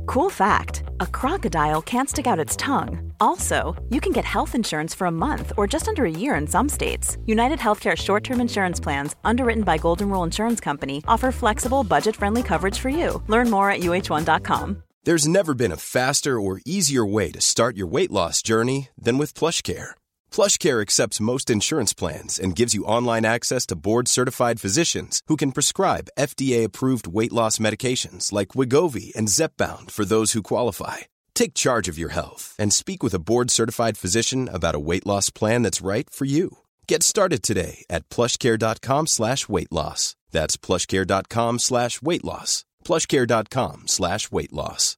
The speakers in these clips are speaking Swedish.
Cool fact, a crocodile can't stick out its tongue. Also, you can get health insurance for a month or just under a year in some states. United Healthcare short-term insurance plans, underwritten by Golden Rule Insurance Company, offer flexible, budget-friendly coverage for you. Learn more at uh1.com. There's never been a faster or easier way to start your weight loss journey than with PlushCare. PlushCare accepts most insurance plans and gives you online access to board-certified physicians who can prescribe FDA-approved weight loss medications like Wegovy and Zepbound for those who qualify. Take charge of your health and speak with a board-certified physician about a weight loss plan that's right for you. Get started today at plushcare.com/weightloss. That's plushcare.com/weightloss. plushcare.com/weightloss.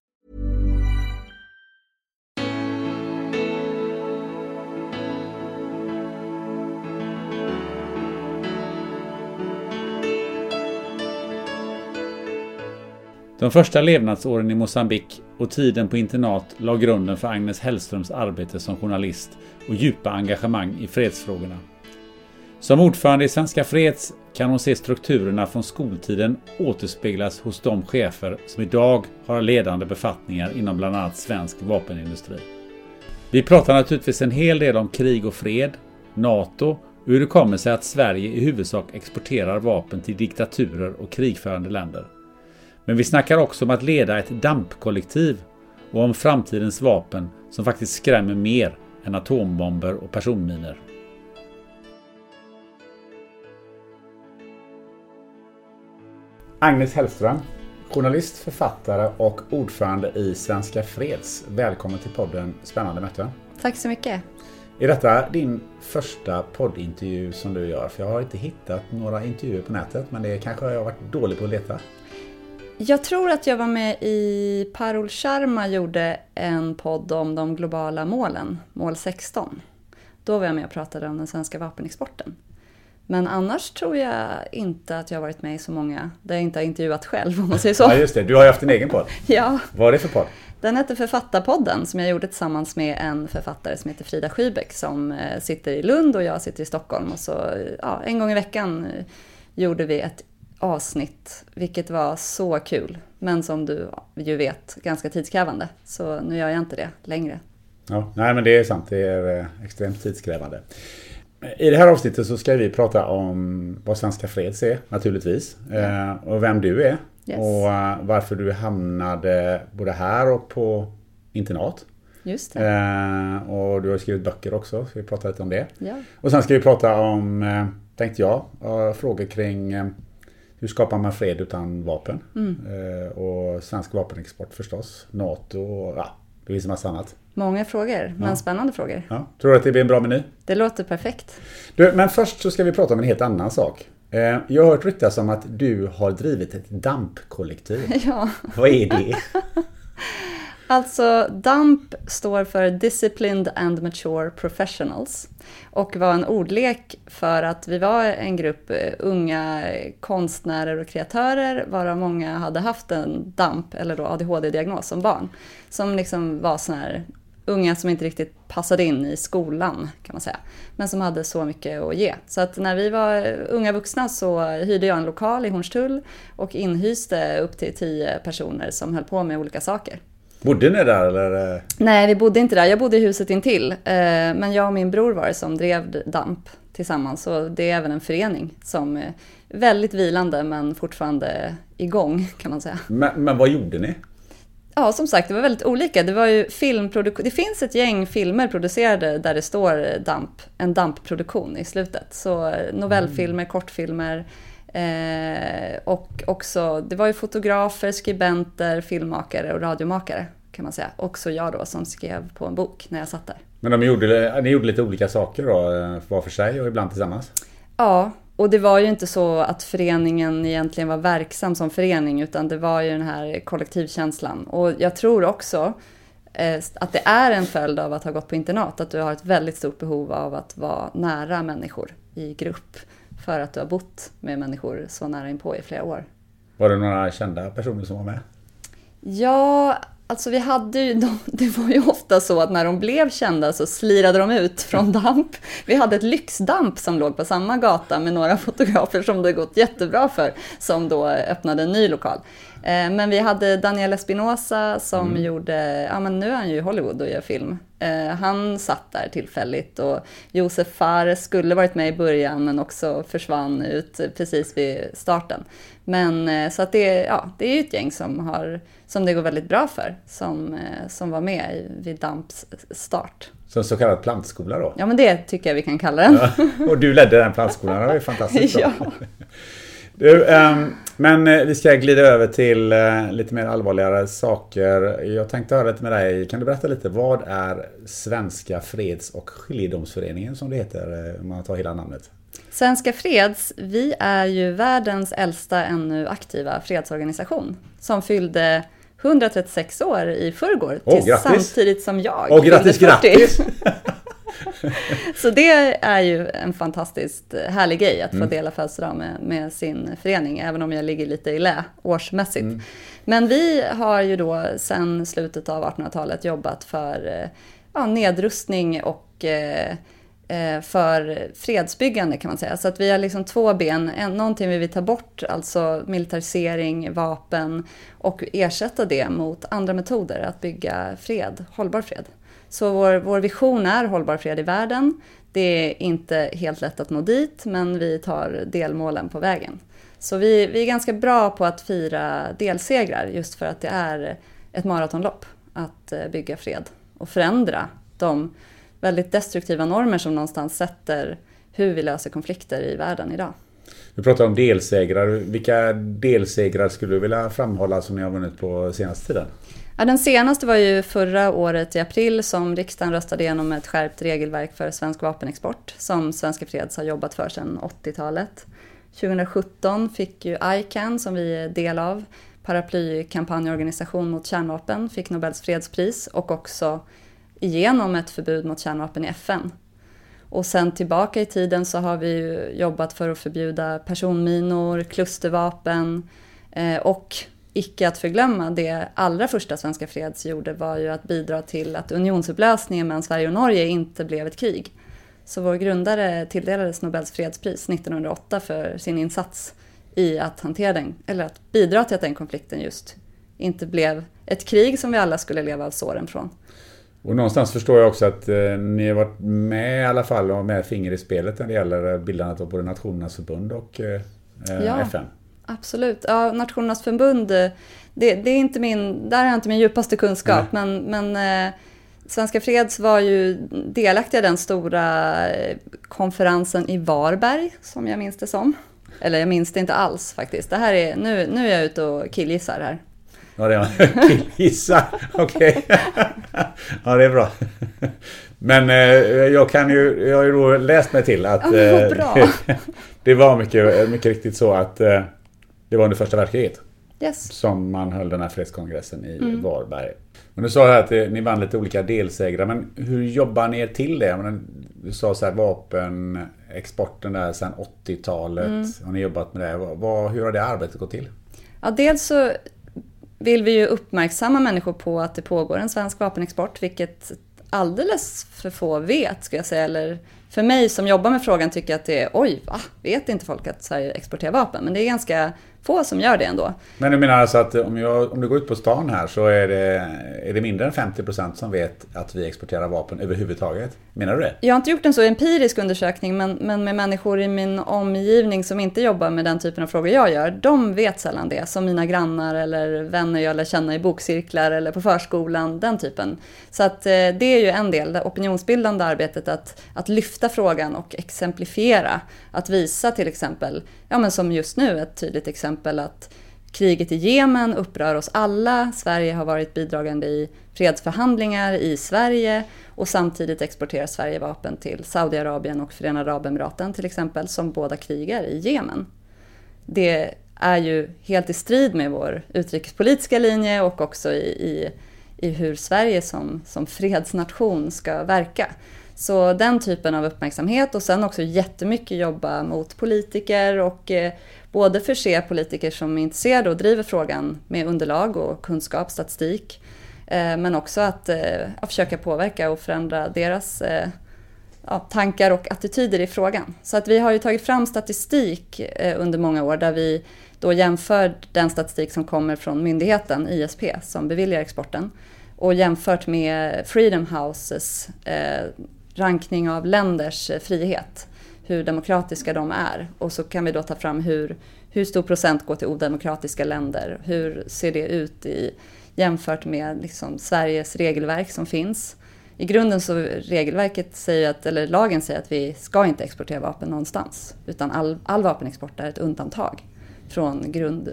De första levnadsåren i Mosambik och tiden på internat la grunden för Agnes Hellströms arbete som journalist och djupa engagemang i fredsfrågorna. Som ordförande i Svenska Freds kan hon se strukturerna från skoltiden återspeglas hos de chefer som idag har ledande befattningar inom bland annat svensk vapenindustri. Vi pratar naturligtvis en hel del om krig och fred, NATO och hur det kommer sig att Sverige i huvudsak exporterar vapen till diktaturer och krigförande länder. Men vi snackar också om att leda ett dampkollektiv och om framtidens vapen som faktiskt skrämmer mer än atombomber och personminer. Agnes Hellström, journalist, författare och ordförande i Svenska Freds. Välkommen till podden Spännande möten. Tack så mycket. Är detta din första poddintervju som du gör? För jag har inte hittat några intervjuer på nätet, men det kanske jag har varit dålig på att leta. Jag tror att jag var med i Parul Sharma gjorde en podd om de globala målen, mål 16. Då var jag med och pratade om den svenska vapenexporten. Men annars tror jag inte att jag har varit med i så många där jag inte har intervjuat själv, om man säger så. Ja, just det. Du har ju haft en egen podd. Ja. Vad är det för podd? Den heter Författarpodden, som jag gjorde tillsammans med en författare som heter Frida Schybeck som sitter i Lund och jag sitter i Stockholm. Och så en gång i veckan gjorde vi ett avsnitt, vilket var så kul. Men som du ju vet, ganska tidskrävande. Så nu gör jag inte det längre. Ja, nej, men det är sant. Det är extremt tidskrävande. I det här avsnittet så ska vi prata om vad Svenska Freds är, naturligtvis. Och vem du är. Yes. Och varför du hamnade både här och på internat. Just det. Och du har skrivit böcker också, så vi pratar lite om det. Ja. Och sen ska vi prata om, tänkte jag, frågor kring hur skapar man fred utan vapen. Och svensk vapenexport förstås. NATO och det finns en massa annat. Många frågor, men spännande frågor. Ja. Tror du att det blir en bra meny? Det låter perfekt. Men först så ska vi prata om en helt annan sak. Jag har hört ryktas om att du har drivit ett dampkollektiv. Ja. Vad är det? Alltså, DAMP står för Disciplined and Mature Professionals och var en ordlek för att vi var en grupp unga konstnärer och kreatörer, varav många hade haft en DAMP eller då ADHD-diagnos som barn. Som liksom var såna här unga som inte riktigt passade in i skolan, kan man säga. Men som hade så mycket att ge. Så att när vi var unga vuxna så hyrde jag en lokal i Hornstull och inhyste upp till 10 personer som höll på med olika saker. Bodde ni där eller? Nej, vi bodde inte där. Jag bodde i huset intill. Men jag och min bror var det som drev DAMP tillsammans. Så det är även en förening som är väldigt vilande men fortfarande igång, kan man säga. Men vad gjorde ni? Ja, som sagt, det var väldigt olika. Det var ju det finns ett gäng filmer producerade där det står en DAMP-produktion i slutet. Så novellfilmer, kortfilmer och också, det var ju fotografer, skribenter, filmmakare och radiomakare, kan man säga. Också jag då som skrev på en bok när jag satt där. Men ni gjorde lite olika saker då, var för sig och ibland tillsammans? Ja, och det var ju inte så att föreningen egentligen var verksam som förening, utan det var ju den här kollektivkänslan. Och jag tror också att det är en följd av att ha gått på internat, att du har ett väldigt stort behov av att vara nära människor i grupp, för att du har bott med människor så nära inpå i flera år. Var det några kända personer som var med? Ja, Alltså det var ju ofta så att när de blev kända så slirade de ut från damp. Vi hade ett lyxdamp som låg på samma gata med några fotografer som det gått jättebra för, som då öppnade en ny lokal. Men vi hade Daniel Espinosa som gjorde, men nu är han ju i Hollywood och gör film. Han satt där tillfälligt, och Josef Fares skulle varit med i början men också försvann ut precis vid starten. Men så att det är ju ett gäng som det går väldigt bra för, som var med vid Damps start. Så kallad plantskola då? Ja, men det tycker jag vi kan kalla den. Ja, och du ledde den plantskolan, det var ju fantastiskt bra. Ja. Du, men vi ska glida över till lite mer allvarligare saker. Jag tänkte höra lite med dig. Kan du berätta lite, vad är Svenska Freds- och Skiljedomsföreningen som det heter, om man tar hela namnet? Svenska Freds, vi är ju världens äldsta ännu aktiva fredsorganisation som fyllde 136 år i förrgår, samtidigt som jag fyllde 40. Grattis! Så det är ju en fantastiskt härlig grej att få dela födelsedag med sin förening, även om jag ligger lite i lä årsmässigt. Men vi har ju då sedan slutet av 1800-talet jobbat för nedrustning och för fredsbyggande, kan man säga. Så att vi har liksom två ben. Någonting vi vill ta bort, alltså militarisering, vapen, och ersätta det mot andra metoder att bygga fred, hållbar fred. Så vår vision är hållbar fred i världen. Det är inte helt lätt att nå dit, men vi tar delmålen på vägen. Så vi är ganska bra på att fira delsegrar, just för att det är ett maratonlopp att bygga fred och förändra de väldigt destruktiva normer som någonstans sätter hur vi löser konflikter i världen idag. Du pratar om delsegrar. Vilka delsegrar skulle du vilja framhålla som ni har vunnit på senaste tiden? Ja, den senaste var ju förra året i april som riksdagen röstade igenom ett skärpt regelverk för svensk vapenexport som Svenska Freds har jobbat för sedan 80-talet. 2017 fick ju ICAN, som vi är del av, paraplykampanjorganisation mot kärnvapen, fick Nobels fredspris och också igenom ett förbud mot kärnvapen i FN. Och sen tillbaka i tiden så har vi ju jobbat för att förbjuda personminor, klustervapen och icke att förglömma, det allra första Svenska Freds gjorde var ju att bidra till att unionsupplösningen mellan Sverige och Norge inte blev ett krig. Så vår grundare tilldelades Nobels fredspris 1908 för sin insats i att hantera den, eller att bidra till att den konflikten just inte blev ett krig som vi alla skulle leva av såren från. Och någonstans förstår jag också att ni har varit med i alla fall och med finger i spelet när det gäller bildandet av både Nationernas förbund och FN. Absolut. Ja, Nationernas förbund, det är inte där har jag inte min djupaste kunskap, men Svenska Freds var ju delaktiga i den stora konferensen i Varberg, som jag minns det som. Eller jag minns det inte alls faktiskt. Det här är, nu är jag ute och killgissar här. Ja, det är killgissar. Okej. Ja, det är bra. Men jag har ju då läst mig till att det var mycket riktigt så att det var under första världskriget som man höll den här fredskongressen i Varberg. Men du sa här att ni vann lite olika delsegrar, men hur jobbar ni er till det? Du sa så här, vapenexporten där sedan 80-talet, har ni jobbat med det? Hur har det arbetet gått till? Ja, dels så vill vi ju uppmärksamma människor på att det pågår en svensk vapenexport, vilket alldeles för få vet, ska jag säga. Eller för mig som jobbar med frågan tycker att det är, vet inte folk att Sverige exporterar vapen? Men det är ganska få som gör det ändå. Men du menar alltså att om du går ut på stan här så är det mindre än 50% som vet att vi exporterar vapen överhuvudtaget? Menar du det? Jag har inte gjort en så empirisk undersökning, men med människor i min omgivning som inte jobbar med den typen av frågor jag gör, de vet sällan det. Som mina grannar eller vänner jag lär känna i bokcirklar eller på förskolan, den typen. Så att det är ju en del, det opinionsbildande arbetet, att lyfta frågan och exemplifiera. Att visa till exempel, men som just nu ett tydligt exempel, att kriget i Jemen upprör oss alla. Sverige har varit bidragande i fredsförhandlingar i Sverige och samtidigt exporterar Sverige vapen till Saudiarabien och Förenade Arabemiraten till exempel, som båda krigar i Jemen. Det är ju helt i strid med vår utrikespolitiska linje och också i hur Sverige som fredsnation ska verka. Så den typen av uppmärksamhet, och sen också jättemycket jobba mot politiker och både förse politiker som är intresserade och driver frågan med underlag och kunskap, statistik. Men också att försöka påverka och förändra deras tankar och attityder i frågan. Så att vi har ju tagit fram statistik under många år där vi då jämför den statistik som kommer från myndigheten ISP som beviljar exporten och jämfört med Freedom Houses rankning av länders frihet, hur demokratiska de är. Och så kan vi då ta fram hur stor procent går till odemokratiska länder, hur ser det ut jämfört med liksom Sveriges regelverk som finns. I grunden så regelverket säger eller lagen säger att vi ska inte exportera vapen någonstans, utan all vapenexport är ett undantag från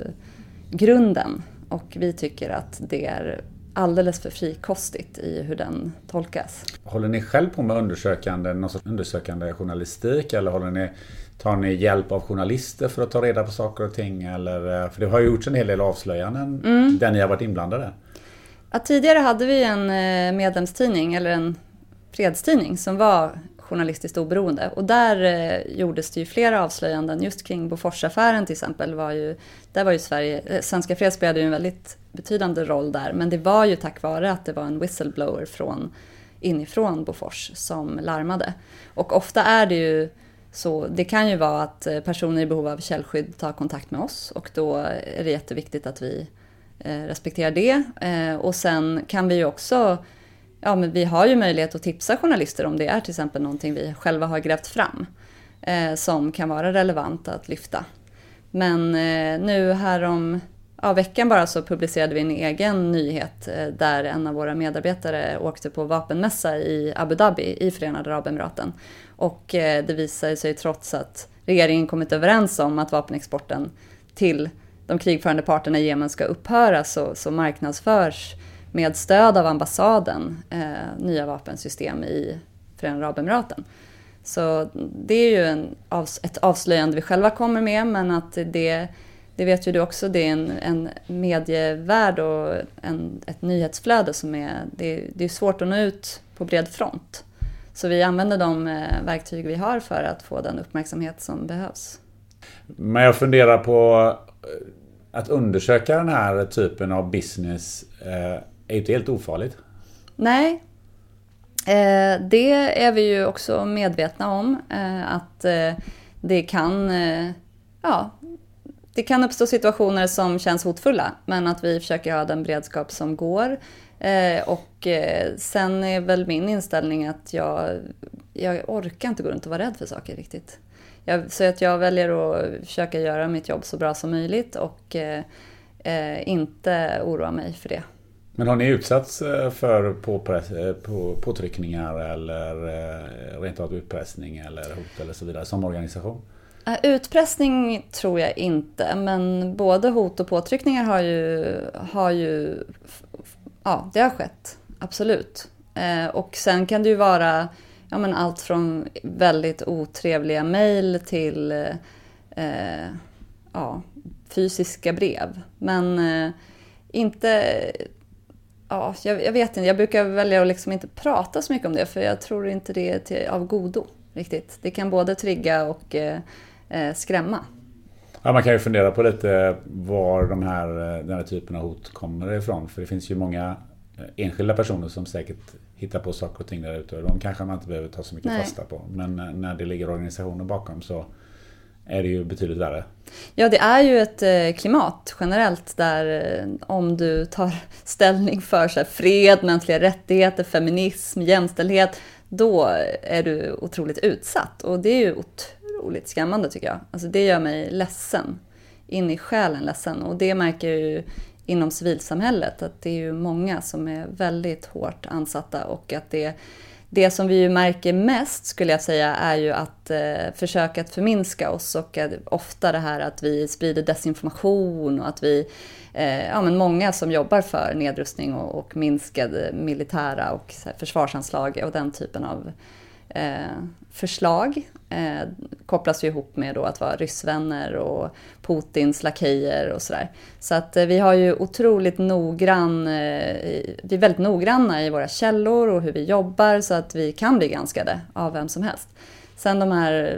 grunden. Och vi tycker att det är alldeles för frikostigt i hur den tolkas. Håller ni själv på med någon sorts undersökande journalistik, eller tar ni hjälp av journalister för att ta reda på saker och ting? Eller, för det har ju gjorts en hel del avslöjanden där ni har varit inblandade. Ja, tidigare hade vi en medlemstidning eller en fredstidning som var journalistiskt oberoende. Och där gjordes det ju flera avslöjanden just kring Boforsaffären till exempel. Där var ju Svenska Freds spelade ju en väldigt betydande roll där. Men det var ju tack vare att det var en whistleblower inifrån Bofors som larmade. Och ofta är det ju så, det kan ju vara att personer i behov av källskydd tar kontakt med oss. Och då är det jätteviktigt att vi respekterar det. Och sen kan vi ju också, men vi har ju möjlighet att tipsa journalister om det är till exempel någonting vi själva har grävt fram som kan vara relevant att lyfta. Men nu veckan bara så publicerade vi en egen nyhet där en av våra medarbetare åkte på vapenmässa i Abu Dhabi i Förenade Arabemiraten. Och det visade sig trots att regeringen kommit överens om att vapenexporten till de krigförande parterna i Jemen ska upphöra så marknadsförs med stöd av ambassaden nya vapensystem i Förenade Arabemiraten. Så det är ju ett avslöjande vi själva kommer med, men att det vet ju du också, det är en medievärld och ett nyhetsflöde som det är svårt att nå ut på bred front. Så vi använder de verktyg vi har för att få den uppmärksamhet som behövs. Men jag funderar på att undersöka den här typen av business är inte helt ofarligt. Nej, det är vi ju också medvetna om att det kan uppstå situationer som känns hotfulla, men att vi försöker ha den beredskap som går. Och sen är väl min inställning att jag orkar inte gå runt och vara rädd för saker riktigt. Så att jag väljer att försöka göra mitt jobb så bra som möjligt och inte oroa mig för det. Men har ni utsatts för påtryckningar eller rent av utpressning eller hot eller så vidare som organisation? Utpressning tror jag inte, men både hot och påtryckningar har ju det har skett, absolut. Och sen kan det ju vara allt från väldigt otrevliga mejl till fysiska brev. Men inte... jag vet inte. Jag brukar välja att liksom inte prata så mycket om det, för jag tror inte det är av godo riktigt. Det kan både trigga och skrämma. Ja, man kan ju fundera på lite var den här typen av hot kommer ifrån. För det finns ju många enskilda personer som säkert hittar på saker och ting där ute. De kanske man inte behöver ta så mycket fasta på. Men när det ligger organisationer bakom så är det ju betydligt värre. Ja, det är ju ett klimat generellt där om du tar ställning för så här, fred, mänskliga rättigheter, feminism, jämställdhet, då är du otroligt utsatt. Och det är ju otroligt skrämmande tycker jag. Alltså det gör mig ledsen, in i själen ledsen. Och det märker jag ju inom civilsamhället, att det är ju många som är väldigt hårt ansatta, och att det som vi ju märker mest skulle jag säga är ju att försöka att förminska oss, och ofta det här att vi sprider desinformation och att vi, många som jobbar för nedrustning och minskad militära och försvarsanslag och den typen av förslag kopplas ju ihop med då att vara ryssvänner och Putins lakejer och sådär. Så att vi har ju otroligt vi är väldigt noggranna i våra källor och hur vi jobbar, så att vi kan bli granskade av vem som helst. Sen de här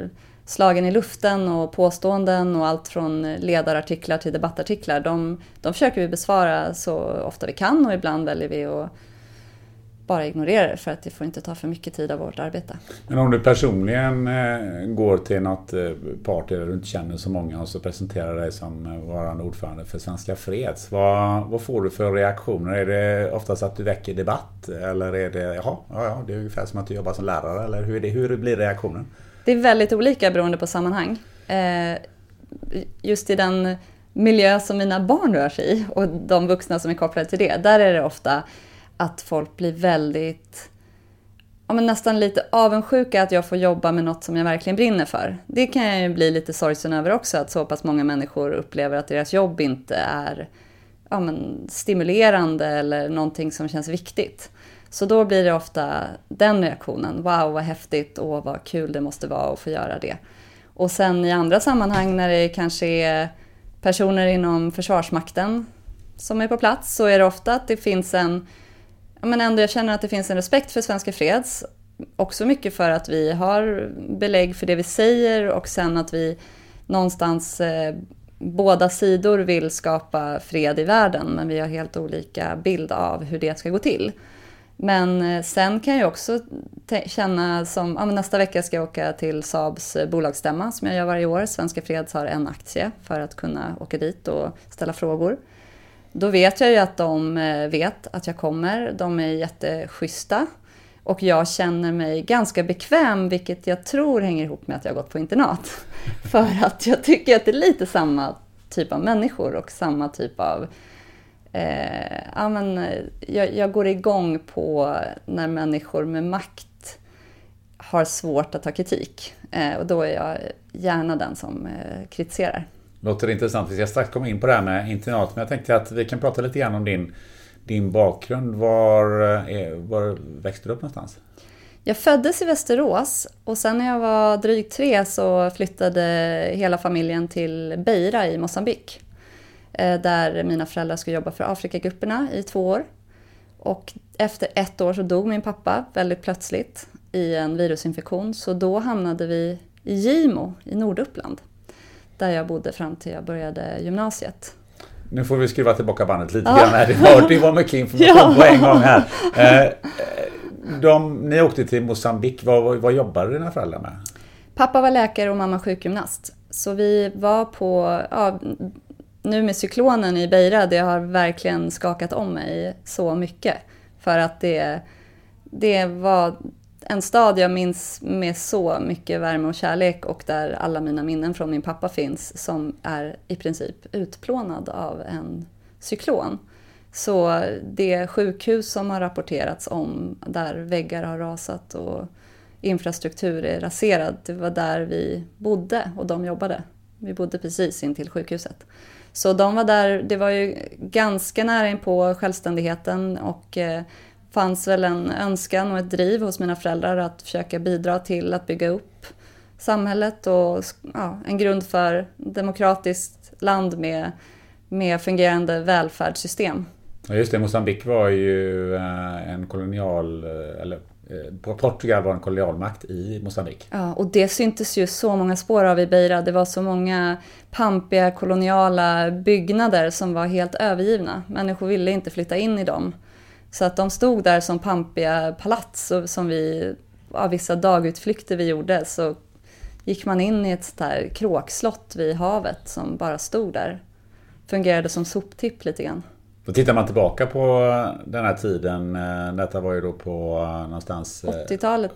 slagen i luften och påståenden och allt från ledarartiklar till debattartiklar. De försöker vi besvara så ofta vi kan, och ibland väljer vi att bara ignorera det för att det får inte ta för mycket tid av vårt arbete. Men om du personligen går till något party där du inte känner så många och så presenterar dig som varande ordförande för Svenska Freds, vad får du för reaktioner? Är det oftast att du väcker debatt, eller är det ja, det är ungefär som att du jobbar som lärare, eller hur blir reaktionen? Det är väldigt olika beroende på sammanhang. Just i den miljö som mina barn rör sig i och de vuxna som är kopplade till det, där är det ofta att folk blir väldigt, nästan lite avundsjuka att jag får jobba med något som jag verkligen brinner för. Det kan jag ju bli lite sorgsen över också, att så pass många människor upplever att deras jobb inte är stimulerande eller någonting som känns viktigt. Så då blir det ofta den reaktionen, wow vad häftigt och vad kul det måste vara att få göra det. Och sen i andra sammanhang när det kanske är personer inom Försvarsmakten som är på plats, så är det ofta att det finns jag känner att det finns en respekt för Svenska Freds. Också mycket för att vi har belägg för det vi säger, och sen att vi någonstans båda sidor vill skapa fred i världen, men vi har helt olika bild av hur det ska gå till. Men sen kan jag också känna som, nästa vecka ska jag åka till Saabs bolagsstämma som jag gör varje år. Svenska Freds har en aktie för att kunna åka dit och ställa frågor. Då vet jag ju att de vet att jag kommer. De är jätteschyssta. Och jag känner mig ganska bekväm, vilket jag tror hänger ihop med att jag har gått på internat. För att jag tycker att det är lite samma typ av människor och samma typ av... jag går igång på när människor med makt har svårt att ta kritik. Och då är jag gärna den som kritiserar. Låter intressant. Vi ska strax komma in på det här med internat, men jag tänkte att vi kan prata lite grann om din bakgrund. Var växte du upp någonstans? Jag föddes i Västerås, och sen när jag var drygt 3 så flyttade hela familjen till Beira i Mosambik. Där mina föräldrar skulle jobba för Afrikagrupperna i 2 år. Och efter 1 år så dog min pappa väldigt plötsligt i en virusinfektion. Så då hamnade vi i Gimo i Norduppland, där jag bodde fram till jag började gymnasiet. Nu får vi skruva tillbaka bandet lite grann här. Det var mycket information på en gång här. Ni åkte till Mosambik. Vad jobbade dina föräldrar med? Pappa var läkare och mamma sjukgymnast. Så vi var på... nu med cyklonen i Beira, det har verkligen skakat om mig så mycket. För att det var en stad jag minns med så mycket värme och kärlek, och där alla mina minnen från min pappa finns, som är i princip utplånad av en cyklon. Så det sjukhus som har rapporterats om, där väggar har rasat och infrastruktur är raserad, det var där vi bodde och de jobbade. Vi bodde precis in till sjukhuset. Så de var där, det var ju ganska nära in på självständigheten, och fanns väl en önskan och ett driv hos mina föräldrar att försöka bidra till att bygga upp samhället och en grund för demokratiskt land med fungerande välfärdssystem. Ja, just det, Mosambik var ju en kolonial, eller Portugal var en kolonialmakt i Mosambik. Ja, och det syntes ju så många spår av i Beira. Det var så många pampiga koloniala byggnader som var helt övergivna. Människor ville inte flytta in i dem. Så att de stod där som pampiga palats, och som vi, av vissa dagutflykter vi gjorde, så gick man in i ett sånt här kråkslott vid havet som bara stod där. Fungerade som soptipp lite grann. Då tittar man tillbaka på den här tiden, detta var ju då på någonstans... 80-talet,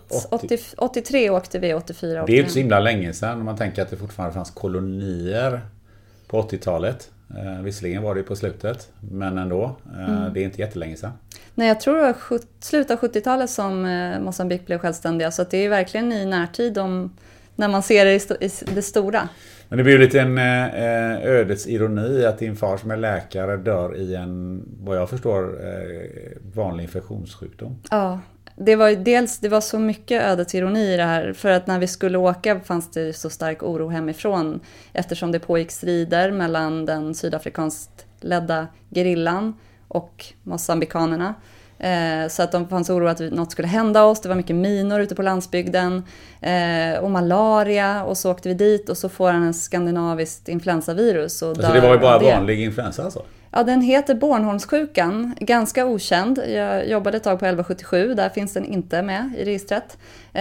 83 åkte vi, 84 åkte. Det är inte så himla länge sedan, om man tänker att det fortfarande fanns kolonier på 80-talet. Visserligen var det på slutet, men ändå, det är inte jättelänge sedan. Nej, jag tror det var slutet av 70-talet som Mosambik blev självständiga, så att det är verkligen i närtid när man ser det i det stora. Men det blir ju lite en ödets ironi att din far som är läkare dör i en, vad jag förstår, vanlig infektionssjukdom. Ja, det var så mycket ödets ironi i det här. För att när vi skulle åka fanns det så stark oro hemifrån, eftersom det pågick strider mellan den sydafrikanskt ledda gerillan och mosambikanerna. Så att de fanns oro att något skulle hända oss. Det var mycket minor ute på landsbygden och malaria. Och så åkte vi dit och så får han en skandinaviskt influensavirus. Och alltså det var ju bara vanlig influensa alltså? Ja, den heter Bornholmssjukan, ganska okänd. Jag jobbade ett tag på 1177, där finns den inte med i registret.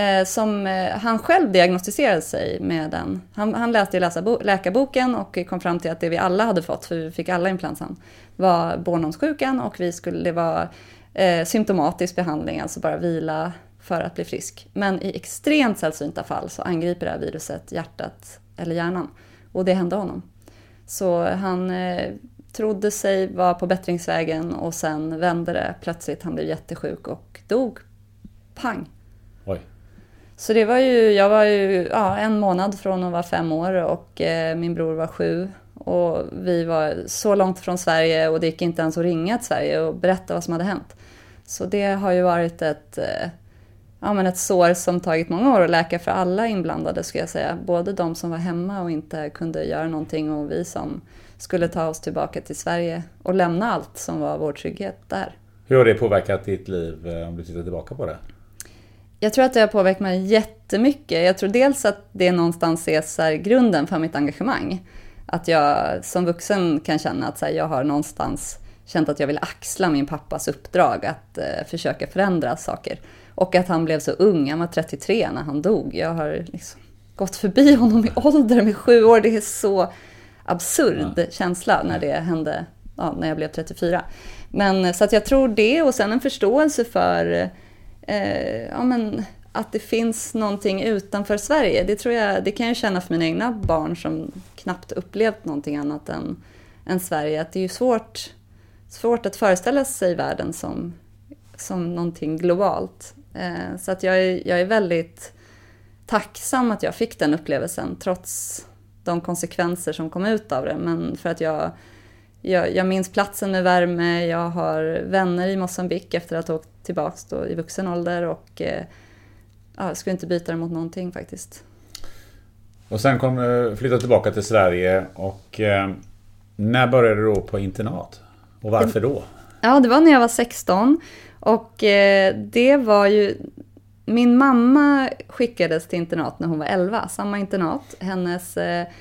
Han själv diagnostiserade sig med den. Han läste i läkarboken och kom fram till att det vi alla hade fått, för vi fick alla influensan, var Bornholmssjukan och det var symptomatisk behandling, alltså bara vila för att bli frisk. Men i extremt sällsynta fall så angriper det här viruset hjärtat eller hjärnan. Och det hände honom. Så han trodde sig vara på bättringsvägen och sen vände det plötsligt. Han blev jättesjuk och dog. Pang. Oj. Så det var jag var ju en månad från att vara 5 år och min bror var 7. Och vi var så långt från Sverige och det gick inte ens att ringa till Sverige och berätta vad som hade hänt. Så det har ju varit ett sår som tagit många år att läka för alla inblandade, skulle jag säga. Både de som var hemma och inte kunde göra någonting och vi som skulle ta oss tillbaka till Sverige och lämna allt som var vår trygghet där. Hur har det påverkat ditt liv om du tittar tillbaka på det? Jag tror att det har påverkat mig jättemycket. Jag tror dels att det någonstans är grunden för mitt engagemang. Att jag som vuxen kan känna att jag har någonstans känt att jag vill axla min pappas uppdrag att försöka förändra saker. Och att han blev så ung, han var 33 när han dog. Jag har liksom gått förbi honom i ålder med 7 år. Det är så absurd känsla när det hände när jag blev 34. Men så att jag tror det, och sen en förståelse för att det finns någonting utanför Sverige. Det tror jag, det kan jag känna för mina egna barn som knappt upplevt någonting annat än Sverige. Att det är ju svårt att föreställa sig världen som någonting globalt. Så att jag är väldigt tacksam att jag fick den upplevelsen trots de konsekvenser som kom ut av det. Men för att jag minns platsen med värme, jag har vänner i Mosambik efter att ha åkt tillbaka i vuxen ålder och jag skulle inte byta det mot någonting faktiskt. Och sen flyttade tillbaka till Sverige och när började du då på internat? Och varför då? Ja, det var när jag var 16 och det var ju... Min mamma skickades till internat när hon var 11, samma internat. Hennes,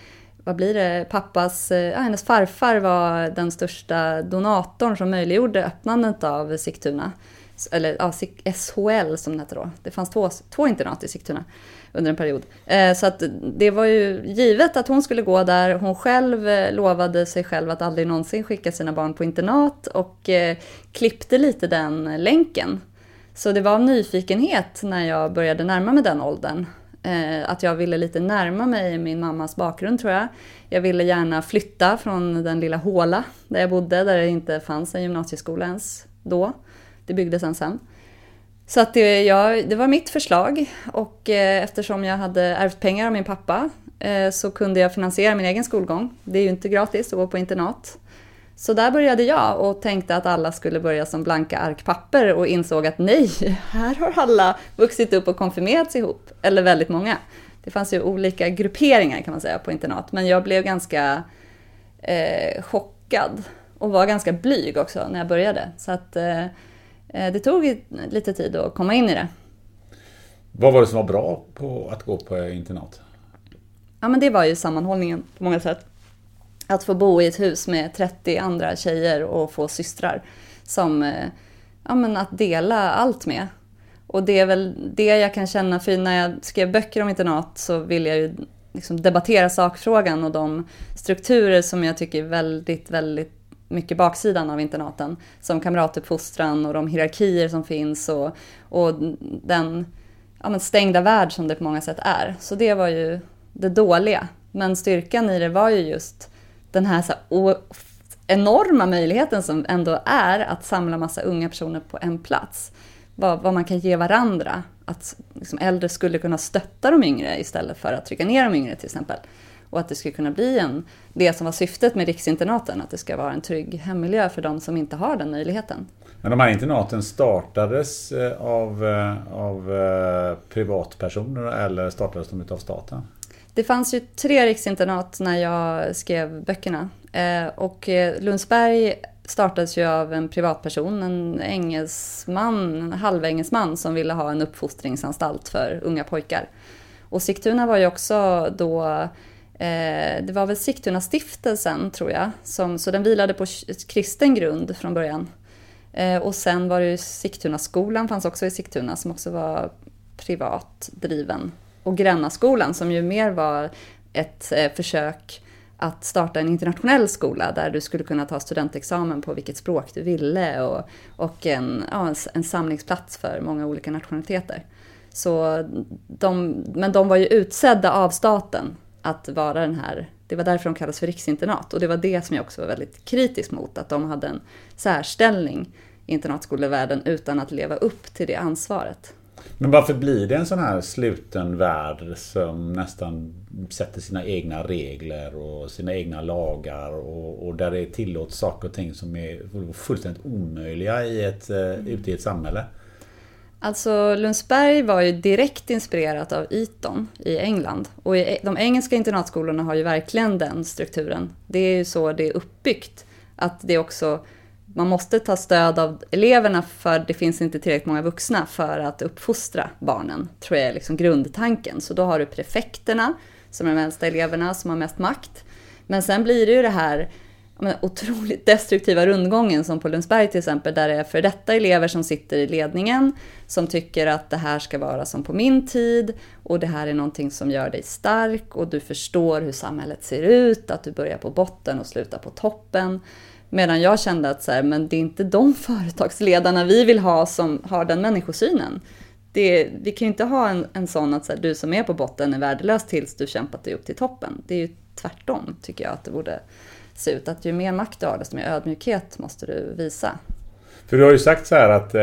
hennes farfar var den största donatorn som möjliggjorde öppnandet av Sigtuna. Eller SHL som det heter då. Det fanns två internat i Sigtuna under en period. Så att det var ju givet att hon skulle gå där. Hon själv lovade sig själv att aldrig någonsin skicka sina barn på internat och klippte lite den länken. Så det var nyfikenhet när jag började närma mig den åldern. Att jag ville lite närma mig min mammas bakgrund, tror jag. Jag ville gärna flytta från den lilla håla där jag bodde, där det inte fanns en gymnasieskola ens då. Det byggdes sen. Så att det var mitt förslag, och eftersom jag hade ärvt pengar av min pappa så kunde jag finansiera min egen skolgång. Det är ju inte gratis att gå på internat. Så där började jag och tänkte att alla skulle börja som blanka ark papper och insåg att nej, här har alla vuxit upp och konfirmerats ihop. Eller väldigt många. Det fanns ju olika grupperingar kan man säga på internat. Men jag blev ganska chockad och var ganska blyg också när jag började. Så att det tog lite tid att komma in i det. Vad var det som var bra på att gå på internat? Ja, men det var ju sammanhållningen på många sätt. Att få bo i ett hus med 30 andra tjejer och få systrar som att dela allt med. Och det är väl det jag kan känna, för när jag skrev böcker om internat så vill jag ju liksom debattera sakfrågan och de strukturer som jag tycker är väldigt, väldigt mycket baksidan av internaten. Som kamratuppfostran och de hierarkier som finns och den stängda värld som det på många sätt är. Så det var ju det dåliga. Men styrkan i det var ju just den här enorma möjligheten som ändå är att samla massa unga personer på en plats. Vad man kan ge varandra. Att liksom äldre skulle kunna stötta de yngre istället för att trycka ner de yngre till exempel. Och att det skulle kunna bli det som var syftet med riksinternaten. Att det ska vara en trygg hemmiljö för de som inte har den möjligheten. Men de här internaten startades av privatpersoner eller startades de av staten? Det fanns ju 3 riksinternat när jag skrev böckerna. Och Lundsberg startades ju av en privatperson, en halvengelsman som ville ha en uppfostringsanstalt för unga pojkar. Och Sigtuna var ju också då, det var väl Sigtuna stiftelsen tror jag, så den vilade på kristen grund från början. Och sen var det ju Sigtuna skolan, fanns också i Sigtuna, som också var privat driven. Och Grännaskolan som ju mer var ett försök att starta en internationell skola där du skulle kunna ta studentexamen på vilket språk du ville och en samlingsplats för många olika nationaliteter. Så men de var ju utsedda av staten att vara den här, det var därför de kallades för riksinternat, och det var det som jag också var väldigt kritisk mot, att de hade en särställning i internatskolevärlden utan att leva upp till det ansvaret. Men varför blir det en sån här sluten värld som nästan sätter sina egna regler och sina egna lagar och där det tillåts saker och ting som är fullständigt omöjliga ute i ett samhälle? Alltså Lundsberg var ju direkt inspirerat av Eton i England, och de engelska internatskolorna har ju verkligen den strukturen. Det är ju så det är uppbyggt, att det också, man måste ta stöd av eleverna för det finns inte tillräckligt många vuxna för att uppfostra barnen, tror jag är liksom grundtanken. Så då har du prefekterna som är de äldsta eleverna som har mest makt. Men sen blir det ju det här otroligt destruktiva rundgången som på Lundsberg till exempel, där det är för detta elever som sitter i ledningen som tycker att det här ska vara som på min tid och det här är någonting som gör dig stark och du förstår hur samhället ser ut, att du börjar på botten och slutar på toppen. Medan jag kände att men det är inte de företagsledarna vi vill ha som har den människosynen. Vi kan ju inte ha en sån att du som är på botten är värdelös tills du kämpat dig upp till toppen. Det är ju tvärtom, tycker jag att det borde se ut. Att ju mer makt du har, desto mer ödmjukhet måste du visa. För du har ju sagt så här att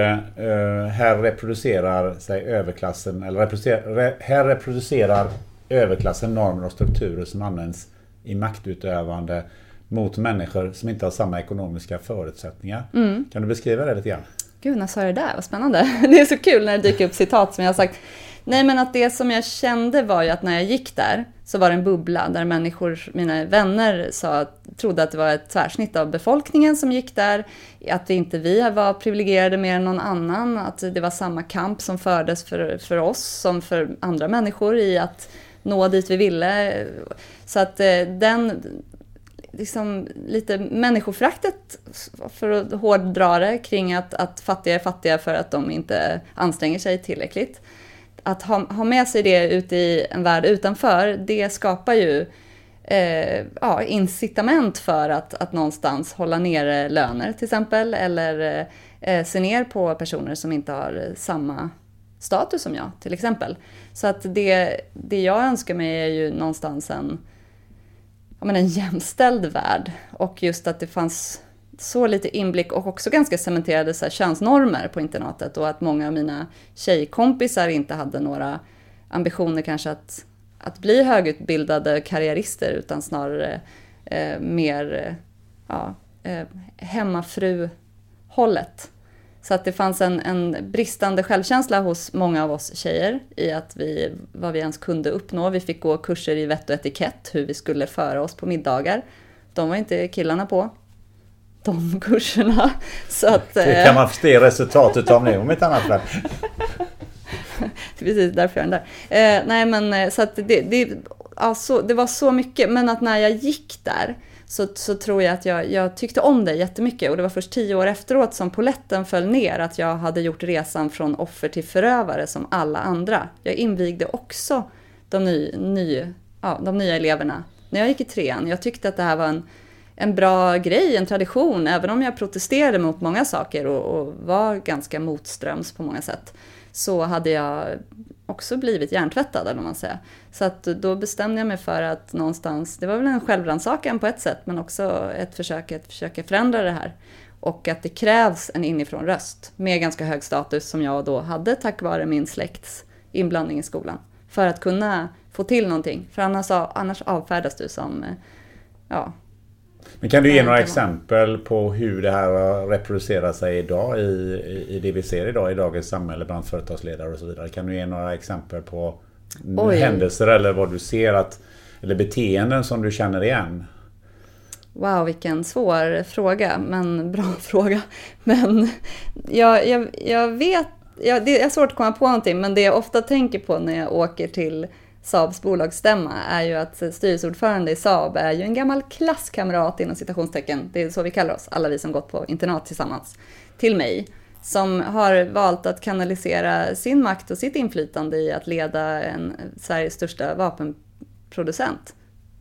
här reproducerar sig överklassen, eller här reproducerar överklassen normer och strukturer som används i maktutövande mot människor som inte har samma ekonomiska förutsättningar. Kan du beskriva det lite grann? Gud, när sa det där? Vad spännande. Det är så kul när det dyker upp citat som jag har sagt. Nej, men att det som jag kände var ju att när jag gick där så var det en bubbla där människor, mina vänner trodde att det var ett tvärsnitt av befolkningen som gick där. Att vi var privilegierade mer än någon annan. Att det var samma kamp som fördes för oss som för andra människor i att nå dit vi ville. Så att den liksom lite människofraktet, för att hårdra det, kring att fattiga är fattiga för att de inte anstränger sig tillräckligt. Att ha med sig det ut i en värld utanför, det skapar ju incitament för att någonstans hålla nere löner till exempel, eller se ner på personer som inte har samma status som jag till exempel. Så att det jag önskar mig är ju någonstans en jämställd värld, och just att det fanns så lite inblick och också ganska cementerade könsnormer på internatet, och att många av mina tjejkompisar inte hade några ambitioner kanske att bli högutbildade karriärister, utan snarare mer hemmafru-hållet. Så att det fanns en bristande självkänsla hos många av oss tjejer i att vad vi ens kunde uppnå. Vi fick gå kurser i vett och etikett, hur vi skulle föra oss på middagar. De var inte killarna på de kurserna. Så att, det kan man se resultatet av nu om ett annat väl. Precis, därför är den där. Så att det var så mycket. Men att när jag gick där så tror jag att jag tyckte om det jättemycket. Och det var först 10 år efteråt som poletten föll ner, att jag hade gjort resan från offer till förövare som alla andra. Jag invigde också de nya eleverna när jag gick i 3:an. Jag tyckte att det här var en bra grej, en tradition, även om jag protesterade mot många saker och var ganska motströms på många sätt. Så hade jag också blivit hjärntvättad, eller vad man säger. Så att då bestämde jag mig för att någonstans, det var väl en självrannsakan på ett sätt, men också ett försöka förändra det här. Och att det krävs en inifrån röst med ganska hög status som jag då hade tack vare min släkts inblandning i skolan. För att kunna få till någonting. För annars avfärdas du som, Men kan du ge några exempel på hur det här reproducerar sig idag i det vi ser idag i dagens samhälle bland företagsledare och så vidare? Kan du ge några exempel på händelser eller vad du ser eller beteenden som du känner igen? Wow, vilken svår fråga, men bra fråga. Men jag vet, det är svårt att komma på någonting, men det jag ofta tänker på när jag åker till Saabs bolagsstämma är ju att styrelseordförande i Saab är ju en gammal klasskamrat inom citationstecken, det är så vi kallar oss, alla vi som gått på internat tillsammans, till mig, som har valt att kanalisera sin makt och sitt inflytande i att leda Sveriges största vapenproducent.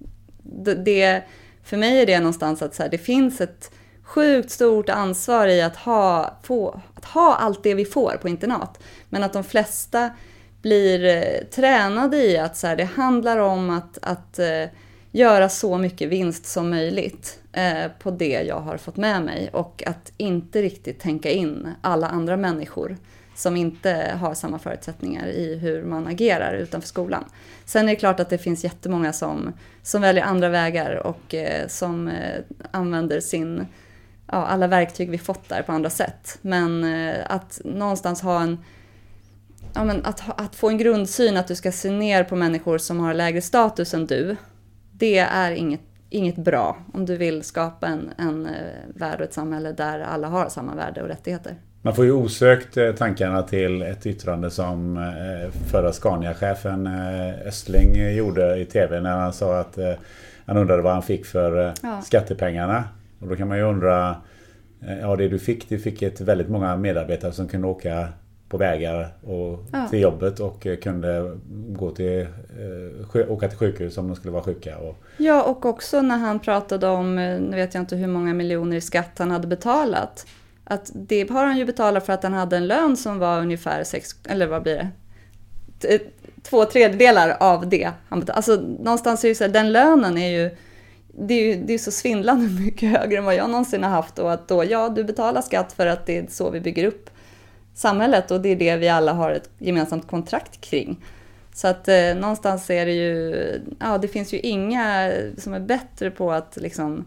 För mig är det någonstans att så här, det finns ett sjukt stort ansvar i att ha allt det vi får på internat. Men att de flesta blir tränade i att så här, det handlar om att göra så mycket vinst som möjligt på det jag har fått med mig. Och att inte riktigt tänka in alla andra människor som inte har samma förutsättningar i hur man agerar utanför skolan. Sen är det klart att det finns jättemånga som väljer andra vägar och som använder alla verktyg vi fått där på andra sätt. Men att någonstans ha att få en grundsyn att du ska se ner på människor som har lägre status än du, det är inget bra om du vill skapa en värld och ett samhälle där alla har samma värde och rättigheter. Man får ju osökt tankarna till ett yttrande som förra Scania-chefen Östling gjorde i tv när han sa att han undrade vad han fick för skattepengarna. Och då kan man ju undra, det du fick ett väldigt många medarbetare som kunde åka på vägar och till jobbet och kunde åka till sjukhus om de skulle vara sjuka. Ja, och också när han pratade om, nu vet jag inte hur många miljoner i skatt han hade betalat. Att det har han ju betalat för att han hade en lön som var ungefär 2/3 av det han betalade. Alltså någonstans är ju så här, den lönen är ju, det är så svindlande mycket högre än vad jag någonsin har haft. Och att då, du betalar skatt för att det är så vi bygger upp samhället och det är det vi alla har ett gemensamt kontrakt kring. Så att någonstans är det ju, det finns ju inga som är bättre på att liksom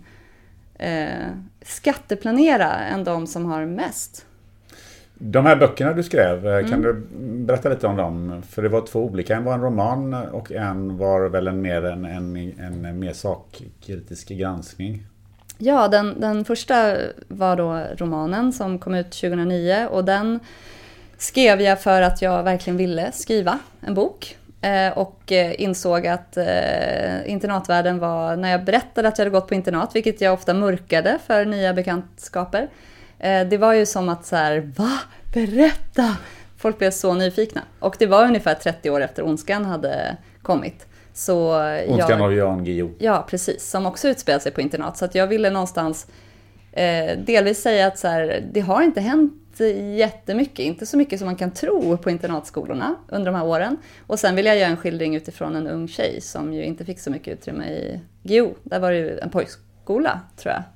skatteplanera än de som har mest. De här böckerna du skrev, kan du berätta lite om dem? För det var 2 olika, en var en roman och en var väl en mer sakkritisk granskning. Ja, den första var då romanen som kom ut 2009 och den skrev jag för att jag verkligen ville skriva en bok. Och insåg att internatvärlden var, när jag berättade att jag hade gått på internat, vilket jag ofta mörkade för nya bekantskaper, det var ju som att så här, berätta! Folk blev så nyfikna. Och det var ungefär 30 år efter Ondskan hade kommit. Ondskan av Jan Guillou. Ja, precis. Som också utspelade sig på internat. Så att jag ville någonstans delvis säga att så här, det har inte hänt jättemycket, inte så mycket som man kan tro på internatskolorna under de här åren. Och sen vill jag göra en skildring utifrån en ung tjej som ju inte fick så mycket utrymme i Guillou. Där var det ju en pojkskola, tror jag.